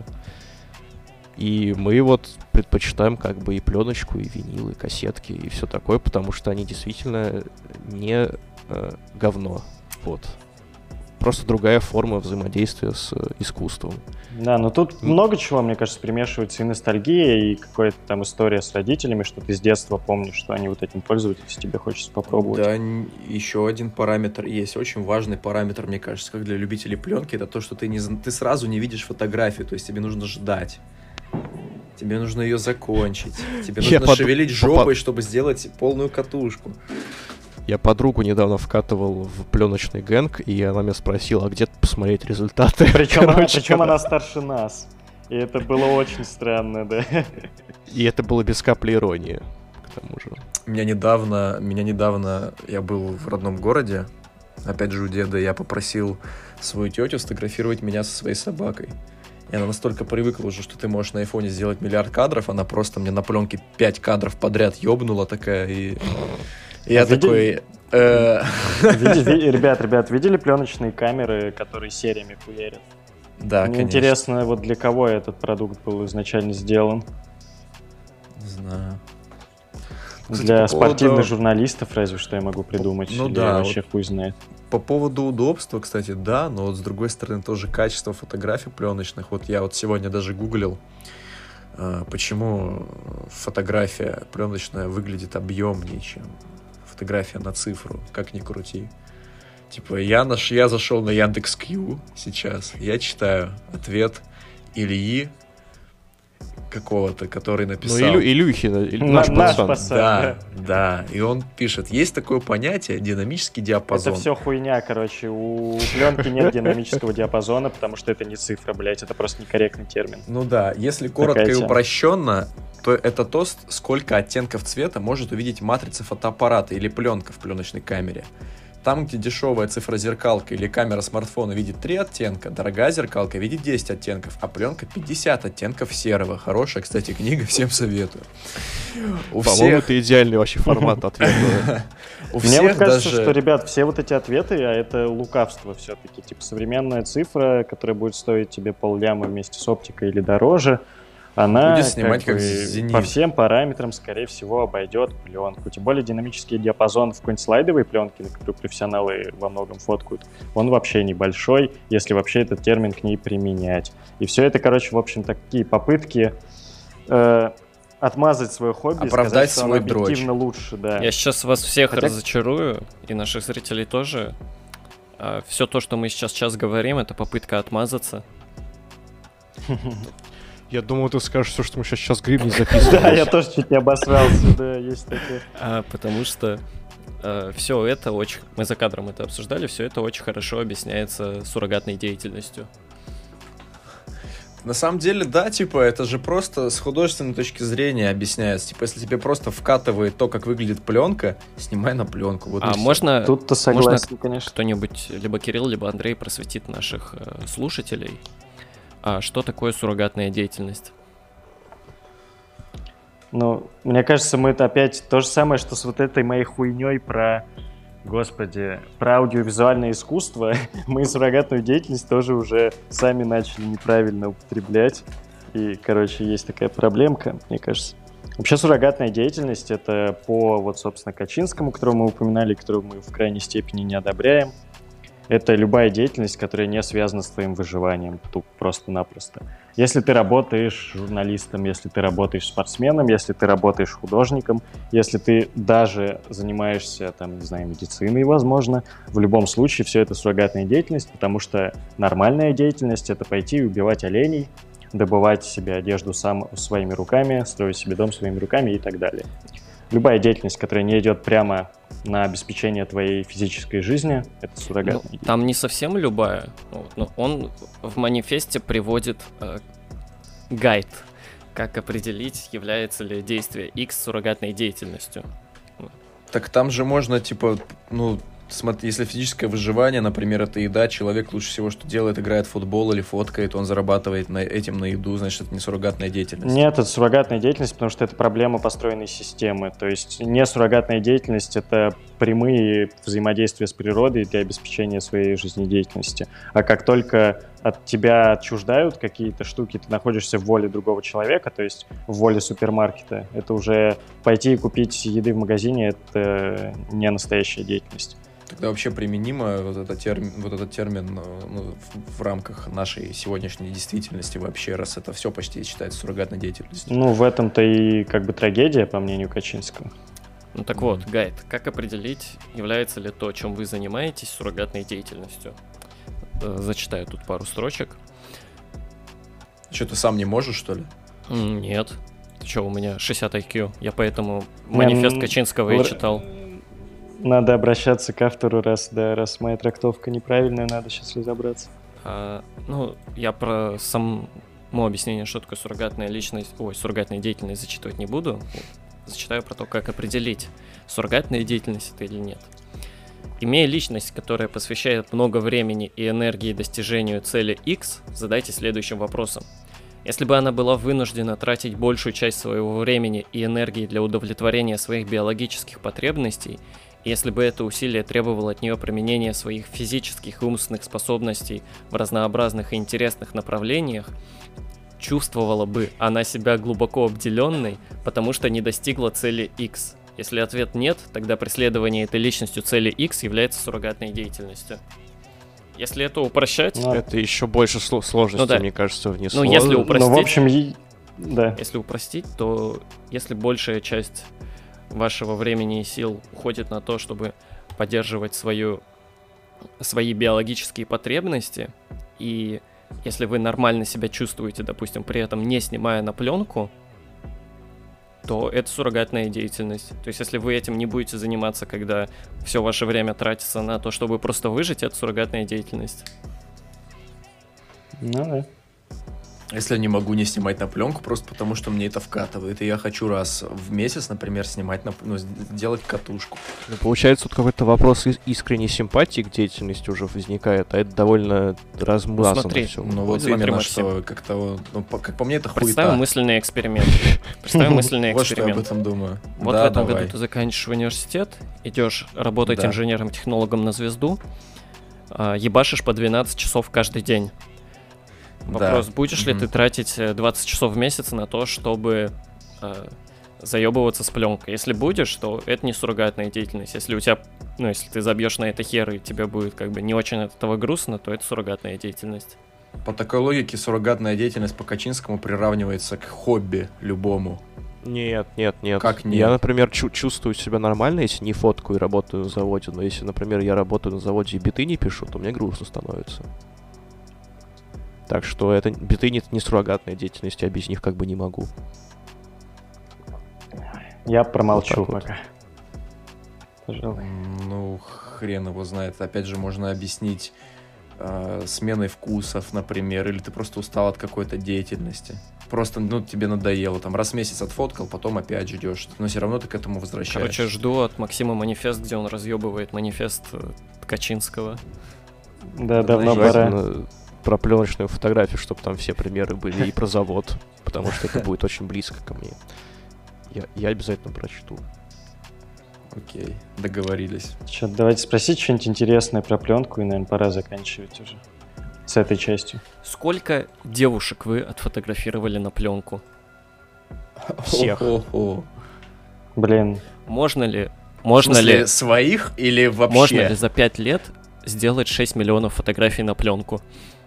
И мы вот предпочитаем как бы и пленочку, и винил, и кассетки, и все такое, потому что они действительно не э, говно. Вот. Просто другая форма взаимодействия с э, искусством. Да, но тут М. много чего, мне кажется, примешивается и ностальгия, и какая-то там история с родителями, что ты с детства помнишь, что они вот этим пользуются, если тебе хочется попробовать. Да, н- еще один параметр есть, очень важный параметр, мне кажется, как для любителей пленки, это то, что ты, не, зн- ты сразу не видишь фотографию, то есть тебе нужно ждать. Тебе нужно ее закончить. Тебе Я нужно под- шевелить по- жопой, чтобы сделать полную катушку. Я подругу недавно вкатывал в пленочный гэнг, и она меня спросила: а где посмотреть результаты? Причем, она, Короче, причем да. она старше нас. И это было очень странно, да. И это было без капли иронии, к тому же. Меня недавно, меня недавно, я был в родном городе, опять же у деда, я попросил свою тетю сфотографировать меня со своей собакой. И она настолько привыкла уже, что ты можешь на айфоне сделать миллиард кадров, она просто мне на пленке пять кадров подряд ёбнула такая, и, и я такой... Ребят, ребят, видели пленочные камеры, которые сериями хуярят? Да, Мне конечно. интересно, вот для кого этот продукт был изначально сделан? Не знаю. Кстати, Для по спортивных поводу... журналистов разве что я могу придумать. Ну или да, вообще вот хуй знает. По поводу удобства, кстати, да, но вот с другой стороны тоже качество фотографий пленочных. Вот я вот сегодня даже гуглил, э, почему фотография пленочная выглядит объемнее, чем фотография на цифру, как ни крути. Типа я, наш... я зашел на Яндекс.Кью сейчас, я читаю ответ Ильи какого-то, который написал... Ну, Илю, Илюхина, Илю, На, наш наш пацан. пацан, Да, да, и он пишет, есть такое понятие динамический диапазон. Это все хуйня, короче. У пленки нет динамического диапазона, потому что это не цифра, блять, это просто некорректный термин. Ну да, если коротко Такая и тема. упрощенно, то это то, с- сколько оттенков цвета может увидеть матрица фотоаппарата или пленка в пленочной камере. Там, где дешевая цифрозеркалка или камера смартфона видит три оттенка, дорогая зеркалка видит десять оттенков, а пленка пятьдесят оттенков серого. Хорошая, кстати, книга, всем советую. У По-моему, всех, это идеальный вообще формат ответа. у Мне вот всех кажется, даже... что, ребят, все вот эти ответы, а это лукавство все-таки. Типа современная цифра, которая будет стоить тебе полляма вместе с оптикой или дороже, она Будет снимать как бы «Зенит». по всем параметрам, скорее всего, обойдет пленку. Тем более динамический диапазон в какой-нибудь слайдовой пленке, на которую профессионалы во многом фоткают, он вообще небольшой, если вообще этот термин к ней применять. И все это, короче, в общем, такие попытки э, отмазать свое хобби, Оправдать сказать, что свой оно объективно лучше, да. Я сейчас вас всех Хотя- разочарую, и наших зрителей тоже. Все то, что мы сейчас час говорим, это попытка отмазаться. Я думал, ты скажешь все, что мы сейчас, сейчас гривни записываем. Да, я тоже чуть не обосрался, да, есть такое. А, потому что все это очень... Мы за кадром это обсуждали, все это очень хорошо объясняется суррогатной деятельностью. На самом деле, да, типа, это же просто с художественной точки зрения объясняется. Типа, если тебе просто вкатывает то, как выглядит пленка, снимай на пленку. Вот и А всё. можно, Тут-то согласен, конечно. кто-нибудь, либо Кирилл, либо Андрей, просветит наших э, слушателей, а что такое суррогатная деятельность? Ну, мне кажется, мы это опять то же самое, что с вот этой моей хуйней про, господи, про аудиовизуальное искусство. Мы суррогатную деятельность тоже уже сами начали неправильно употреблять. И, короче, есть такая проблемка, мне кажется. Вообще суррогатная деятельность — это по, вот, собственно, Качинскому, которого мы упоминали, которого мы в крайней степени не одобряем. Это любая деятельность, которая не связана с твоим выживанием, туп, просто-напросто. Если ты работаешь журналистом, если ты работаешь спортсменом, если ты работаешь художником, если ты даже занимаешься, там, не знаю, медициной, возможно, в любом случае все это суррогатная деятельность, потому что нормальная деятельность — это пойти и убивать оленей, добывать себе одежду сам своими руками, строить себе дом своими руками и так далее. Любая деятельность, которая не идет прямо на обеспечение твоей физической жизни, это суррогатная Ну, деятельность. там не совсем любая. Вот, но он в манифесте приводит э, гайд, как определить, является ли действие X суррогатной деятельностью. Так там же можно, типа, ну, смотри, если физическое выживание, например, это еда, человек лучше всего, что делает, играет в футбол или фоткает, он зарабатывает на этим на еду, значит, это не суррогатная деятельность. Нет, это суррогатная деятельность, потому что это проблема построенной системы. То есть не суррогатная деятельность — это прямые взаимодействия с природой для обеспечения своей жизнедеятельности. А как только от тебя отчуждают какие-то штуки, ты находишься в воле другого человека, то есть в воле супермаркета, это уже пойти и купить еды в магазине, это не настоящая деятельность. Тогда вообще применимо вот, это термин, вот этот термин ну, в, в рамках нашей сегодняшней действительности вообще, раз это все почти считается суррогатной деятельностью. Ну, в этом-то и как бы трагедия, по мнению Качинского. Ну так вот, гайд, как определить, является ли то, чем вы занимаетесь, суррогатной деятельностью? Э, Зачитаю тут пару строчек. Что, ты сам не можешь, что ли? М, Нет. Ты что, у меня шестьдесят ай кью. Я поэтому манифест м, Качинского и л- читал. Надо обращаться к автору, раз, да, раз моя трактовка неправильная, надо сейчас разобраться. А, ну, я про сам само объяснение, что такое суррогатная личность, ой, суррогатная деятельность зачитывать не буду. Вот. Зачитаю про то, как определить, суррогатная деятельность это или нет. Имея личность, которая посвящает много времени и энергии достижению цели X, задайте следующим вопросом. Если бы она была вынуждена тратить большую часть своего времени и энергии для удовлетворения своих биологических потребностей, если бы это усилие требовало от нее применения своих физических и умственных способностей в разнообразных и интересных направлениях, чувствовала бы она себя глубоко обделенной, потому что не достигла цели X. Если ответ нет, тогда преследование этой личностью цели X является суррогатной деятельностью. Если это упрощать... Ну, это еще больше сло- сложностей, ну, да. мне кажется, внесло. Ну, если упростить... Ну, в общем, е... да. Если упростить, то если большая часть вашего времени и сил уходит на то, чтобы поддерживать свою, свои биологические потребности, и если вы нормально себя чувствуете, допустим, при этом не снимая на пленку, то это суррогатная деятельность. То есть, если вы этим не будете заниматься, когда все ваше время тратится на то, чтобы просто выжить, это суррогатная деятельность. Ну да. Если я не могу не снимать на пленку, просто потому что мне это вкатывает, и я хочу раз в месяц, например, снимать, на, ну, сделать катушку. Ну, получается, тут какой-то вопрос ис- искренней симпатии к деятельности уже возникает, а это довольно размазано Смотри, все. Ну вот Смотри, именно, Максим. что как-то, ну, по- как по мне, это Представим хуета. мысленный эксперимент. Представим мысленный Вот что я об эксперимент. этом думаю. Вот Да, в этом давай. году ты заканчиваешь университет, идешь работать Да. инженером-технологом на звезду, а, ебашишь по двенадцать часов каждый день. Вопрос, Да. будешь ли Мгм. ты тратить э, двадцать часов в месяц на то, чтобы э, заебываться с пленкой? Если будешь, то это не суррогатная деятельность. Если у тебя, ну, если ты забьешь на это хер, и тебе будет как бы не очень от этого грустно, то это суррогатная деятельность. По такой логике суррогатная деятельность по Качинскому приравнивается к хобби любому. Нет, нет, нет. Как нет? Я, например, чу- чувствую себя нормально, если не фоткаю и работаю на заводе, но если, например, я работаю на заводе и биты не пишу, то мне грустно становится. Так что это биты не, не суррогатная деятельность, я без них как бы не могу. Я промолчу Вот так вот. пока. Пожалуй. Ну, хрен его знает. Опять же, можно объяснить э, сменой вкусов, например, или ты просто устал от какой-то деятельности. Просто, ну, тебе надоело. Там раз в месяц отфоткал, потом опять ждешь. Но все равно ты к этому возвращаешься. Короче, жду от Максима манифест, где он разъебывает манифест э, Ткачинского. Да, давно Желательно. пора. Желательно про пленочную фотографию, чтобы там все примеры были и про завод, потому что это будет очень близко ко мне. Я, я обязательно прочту. Окей, договорились. Чё, давайте спросить что-нибудь интересное про пленку, и, наверное, пора заканчивать уже с этой частью. Сколько девушек вы отфотографировали на пленку? Всех. О-хо-хо. Блин, Можно ли, В можно смысле, ли, своих или вообще? можно ли за пять лет сделать шесть миллионов фотографий на пленку?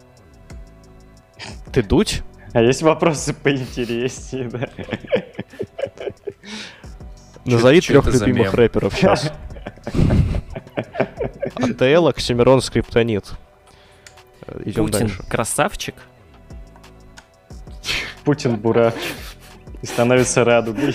Ты дуть? а есть вопросы поинтереснее, да? Назови чё трех это за любимых мем? рэперов сейчас. АТЛ, Оксимирон, Скриптонит. Идем Путин дальше. красавчик? Путин бурак. И становится радугой.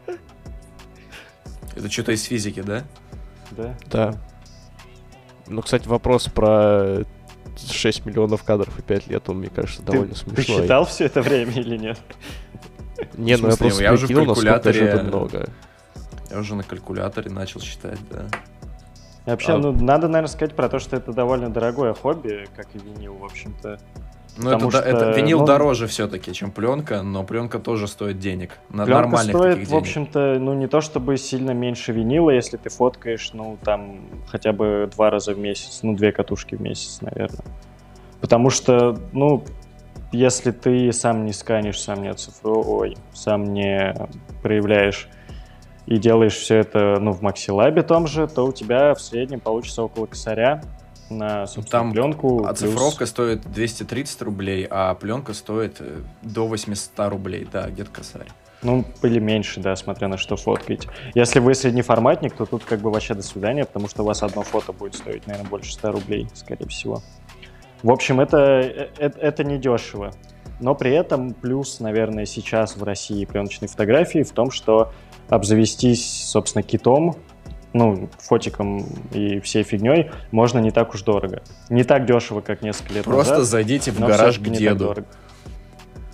Это что-то из физики, да? Да. Да. Ну, кстати, вопрос про шесть миллионов кадров и пять лет, он, мне кажется, Ты, довольно ты смешной. считал все это время или нет? Не, ну я В смысле, просто я уже в прикинул, насколько же это калькуляторе- много. Я уже на калькуляторе начал считать, да. И вообще, А- ну, надо, наверное, сказать про то, что это довольно дорогое хобби, как и винил, в общем-то. Ну, это, Потому да- что, это винил ну- дороже все-таки, чем пленка, но пленка тоже стоит денег. На Пленка нормальных стоит, таких в денег. общем-то, ну, не то чтобы сильно меньше винила, если ты фоткаешь, ну, там, хотя бы два раза в месяц, ну, две катушки в месяц, наверное. Потому что, ну, если ты сам не сканишь, сам не оцифровываешь, сам не проявляешь и делаешь все это, ну, в Maxilab том же, то у тебя в среднем получится около косаря на, собственно, Там пленку. Оцифровка плюс- стоит двести тридцать рублей, а пленка стоит э, до восемьсот рублей, да, где-то косарь. Ну, или меньше, да, смотря на что фоткаете. Если вы среднеформатник, то тут как бы вообще до свидания, потому что у вас одно фото будет стоить, наверное, больше ста рублей, скорее всего. В общем, это, это, это недешево. Но при этом плюс, наверное, сейчас в России пленочной фотографии в том, что обзавестись, собственно, китом, ну, фотиком и всей фигней можно не так уж дорого. Не так дешево, как несколько лет Просто назад. зайдите в но гараж к всё-таки не так деду. дорого.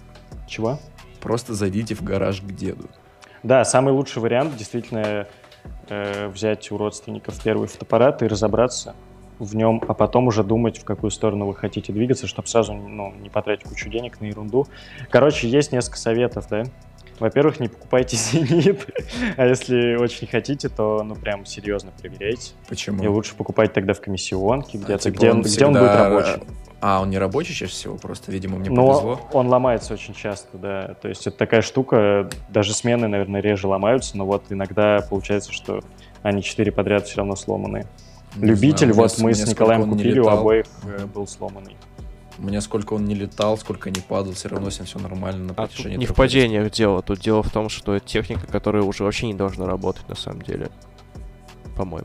Чего? Просто зайдите в гараж к деду. Да, самый лучший вариант действительно э, взять у родственников первый фотоаппарат и разобраться в нем, а потом уже думать, в какую сторону вы хотите двигаться, чтобы сразу ну, не потратить кучу денег на ерунду. Короче, есть несколько советов, да. Во-первых, не покупайте «Зенит», а если очень хотите, то, ну, прям серьезно проверяйте. Почему? И лучше покупать тогда в комиссионке где-то, А, типа где, он, он где он всегда- будет рабочий. А, он не рабочий чаще всего, просто, видимо, мне повезло. Но он ломается очень часто, да. То есть это такая штука, даже смены, наверное, реже ломаются, но вот иногда получается, что они четыре подряд все равно сломанные. Не Любитель, знаю, у меня вот с- мы у с меня Николаем сколько он не купили, у летал. обоих э, был сломанный. У меня сколько он не летал, сколько не падал, все равно с ним все нормально на А тут протяжении не в трех лет. падениях дело, тут дело в том, что это техника, которая уже вообще не должна работать на самом деле. По-моему.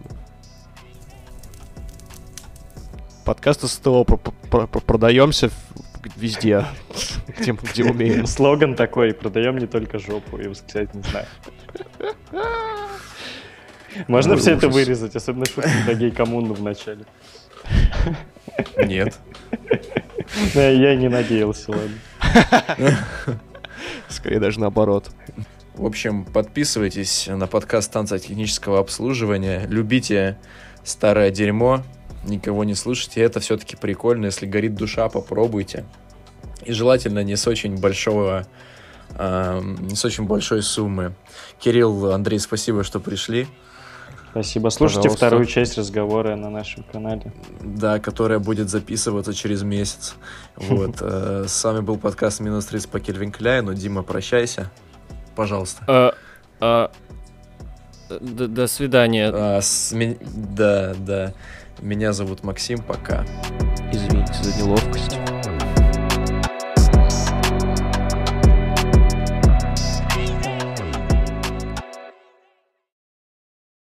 Подкасты с ТО про- про- про- продаемся в- везде, где, где умеем. Слоган такой: продаем не только жопу и восклицательный знак. Можно Ой, все это ужас. вырезать, особенно шутки про гей-коммуну в начале. Нет. Да, я и не надеялся, ладно. Скорее даже наоборот. В общем, подписывайтесь на подкаст «Станция технического обслуживания». Любите старое дерьмо, никого не слушайте. Это все-таки прикольно. Если горит душа, попробуйте. И желательно не с очень большого, э, не с очень большой суммы. Кирилл, Андрей, спасибо, что пришли. Спасибо. Слушайте Пожалуйста. вторую часть разговора на нашем канале. Да, которая будет записываться через месяц. Вот. э, С вами был подкаст «Минус тридцать по Кельвин Кляйну». Дима, прощайся. Пожалуйста. А, а, д- До свидания. А, с ми- Да, да. Меня зовут Максим. Пока. Извините за неловкость.